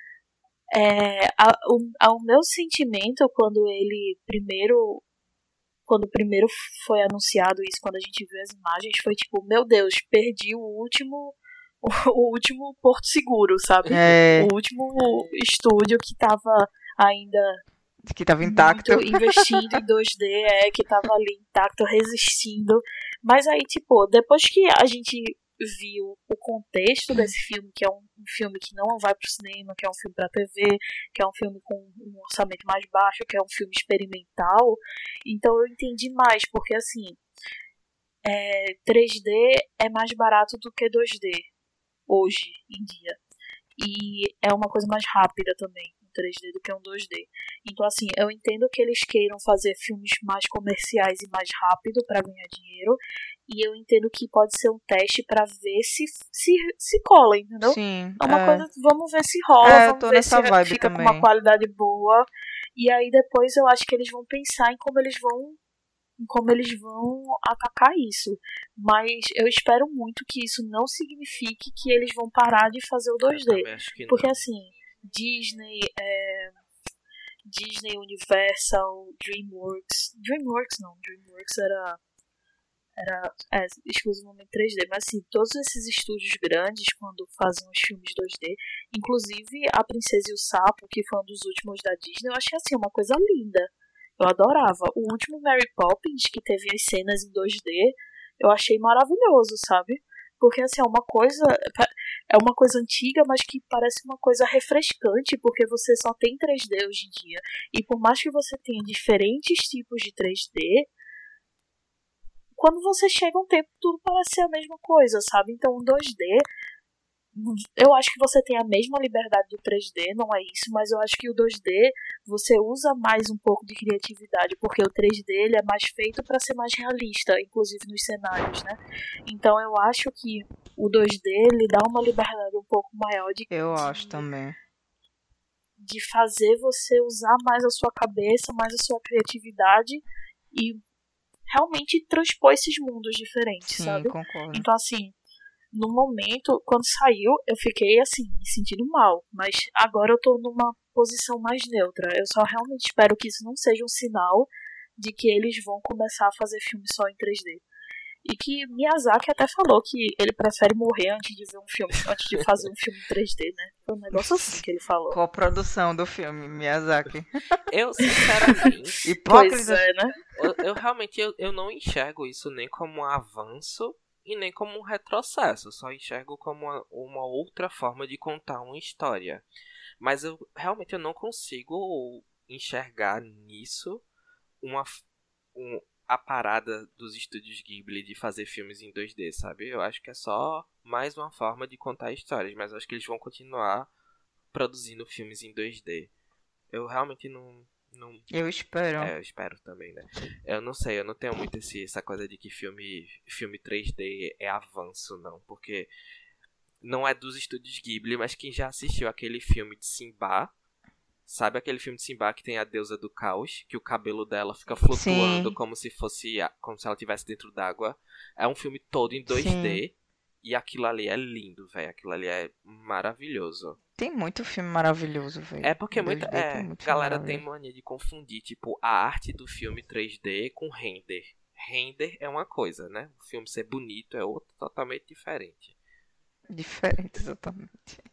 é, a- o, a- o meu sentimento quando ele primeiro. Quando primeiro foi anunciado isso, quando a gente viu as imagens, foi tipo, meu Deus, perdi o último. O último Porto Seguro, sabe? É, O último estúdio que tava ainda que tava intacto. muito investindo em dois D, é, que tava ali intacto, resistindo. Mas aí, tipo, depois que a gente viu o contexto desse filme, que é um, um filme que não vai pro cinema, que é um filme pra T V, que é um filme com um orçamento mais baixo, que é um filme experimental, então eu entendi mais, porque assim, é, três D é mais barato do que dois D hoje em dia, e é uma coisa mais rápida também um três D do que um dois D. Então assim, eu entendo que eles queiram fazer filmes mais comerciais e mais rápido para ganhar dinheiro, e eu entendo que pode ser um teste pra ver se se, se cola, entendeu? Sim. É uma é. coisa, vamos ver se rola, É, eu vamos tô ver nessa se vibe fica também. com uma qualidade boa. E aí depois eu acho que eles vão pensar em como eles vão em como eles vão atacar isso. Mas eu espero muito que isso não signifique que eles vão parar de fazer o dois D. Eu também acho que Porque não. assim, Disney, é, Disney, Universal, DreamWorks. DreamWorks não, DreamWorks era era é, exclusivamente três D, mas assim, todos esses estúdios grandes, quando fazem os filmes dois D, inclusive A Princesa e o Sapo, que foi um dos últimos da Disney, eu achei assim, uma coisa linda, eu adorava. O último Mary Poppins, que teve as cenas em dois D, eu achei maravilhoso, sabe? Porque assim, é uma coisa é uma coisa antiga, mas que parece uma coisa refrescante, porque você só tem três D hoje em dia, e por mais que você tenha diferentes tipos de três D, quando você chega um tempo, tudo parece ser a mesma coisa, sabe? Então, o dois D, eu acho que você tem a mesma liberdade do três D, não é isso, mas eu acho que o dois D, você usa mais um pouco de criatividade, porque o três D ele é mais feito para ser mais realista, inclusive nos cenários, né? Então, eu acho que o dois D, ele dá uma liberdade um pouco maior de... Eu de, acho também. De fazer você usar mais a sua cabeça, mais a sua criatividade e... realmente transpor esses mundos diferentes, Sim, sabe? concordo. Então, assim, no momento, quando saiu, eu fiquei, assim, me sentindo mal. Mas agora eu tô numa posição mais neutra. Eu só realmente espero que isso não seja um sinal de que eles vão começar a fazer filme só em três D. E que Miyazaki até falou que ele prefere morrer antes de ver um filme, antes de fazer um filme em três D, né? Foi um negócio assim que ele falou. Qual a produção do filme, Miyazaki? Eu, sinceramente, Hipócrita. Pois é, né? eu, eu realmente eu, eu não enxergo isso nem como um avanço e nem como um retrocesso. Eu só enxergo como uma, uma outra forma de contar uma história. Mas eu realmente eu não consigo enxergar nisso uma... Um, a parada dos estúdios Ghibli de fazer filmes em dois D, sabe? Eu acho que é só mais uma forma de contar histórias, mas eu acho que eles vão continuar produzindo filmes em dois D. Eu realmente não... não Eu espero. É, eu espero também, né? Eu não sei, eu não tenho muito esse, essa coisa de que filme, filme três D é avanço, não. Porque não é dos estúdios Ghibli, mas quem já assistiu aquele filme de Simba... Sabe aquele filme de Simba que tem a deusa do caos? Que o cabelo dela fica flutuando Sim. como se fosse como se ela estivesse dentro d'água. É um filme todo em dois D. Sim. E aquilo ali é lindo, velho. Aquilo ali é maravilhoso. Tem muito filme maravilhoso, velho. É porque muita é, tem muito galera tem mania de confundir, tipo, a arte do filme três D com render. Render é uma coisa, né? O filme ser bonito é outro totalmente diferente. Diferente, exatamente.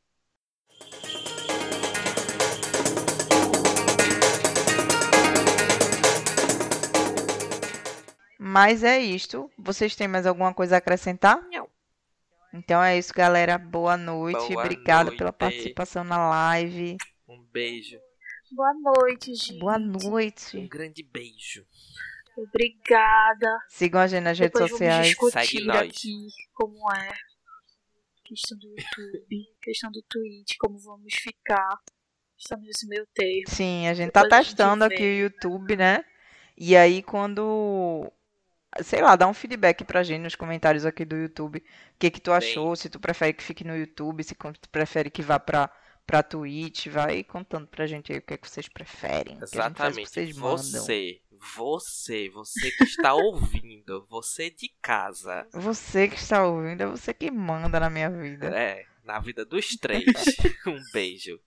Mas é isto. Vocês têm mais alguma coisa a acrescentar? Não. Então é isso, galera. Boa noite. Boa Obrigada noite. pela participação na live. Um beijo. Boa noite, gente. Boa noite. Um grande beijo. Obrigada. Sigam a gente nas redes Depois sociais. Vamos Segue discutir nós. aqui como é. Questão do YouTube, questão do Twitch, como vamos ficar. Estamos nesse meio termo. Sim, a gente tá Depois a gente testando vê. aqui o YouTube, né? E aí quando... Sei lá, dá um feedback pra gente nos comentários aqui do YouTube. O que que tu achou, se tu prefere que fique no YouTube, se tu prefere que vá pra, pra Twitch. Vai contando pra gente aí o que é que vocês preferem. O que a gente faz o que Exatamente. vocês mandam. Você, você, você que está ouvindo, você de casa. Você que está ouvindo, é você que manda na minha vida. É, na vida dos três. Um beijo.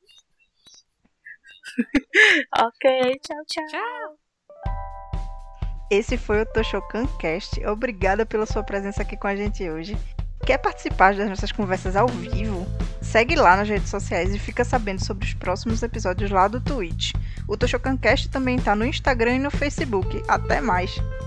Ok, tchau, tchau. Tchau. Esse foi o Toshokan Cast. Obrigada pela sua presença aqui com a gente hoje. Quer participar das nossas conversas ao vivo? Segue lá nas redes sociais e fica sabendo sobre os próximos episódios lá do Twitch. O Toshokan Cast também está no Instagram e no Facebook. Até mais!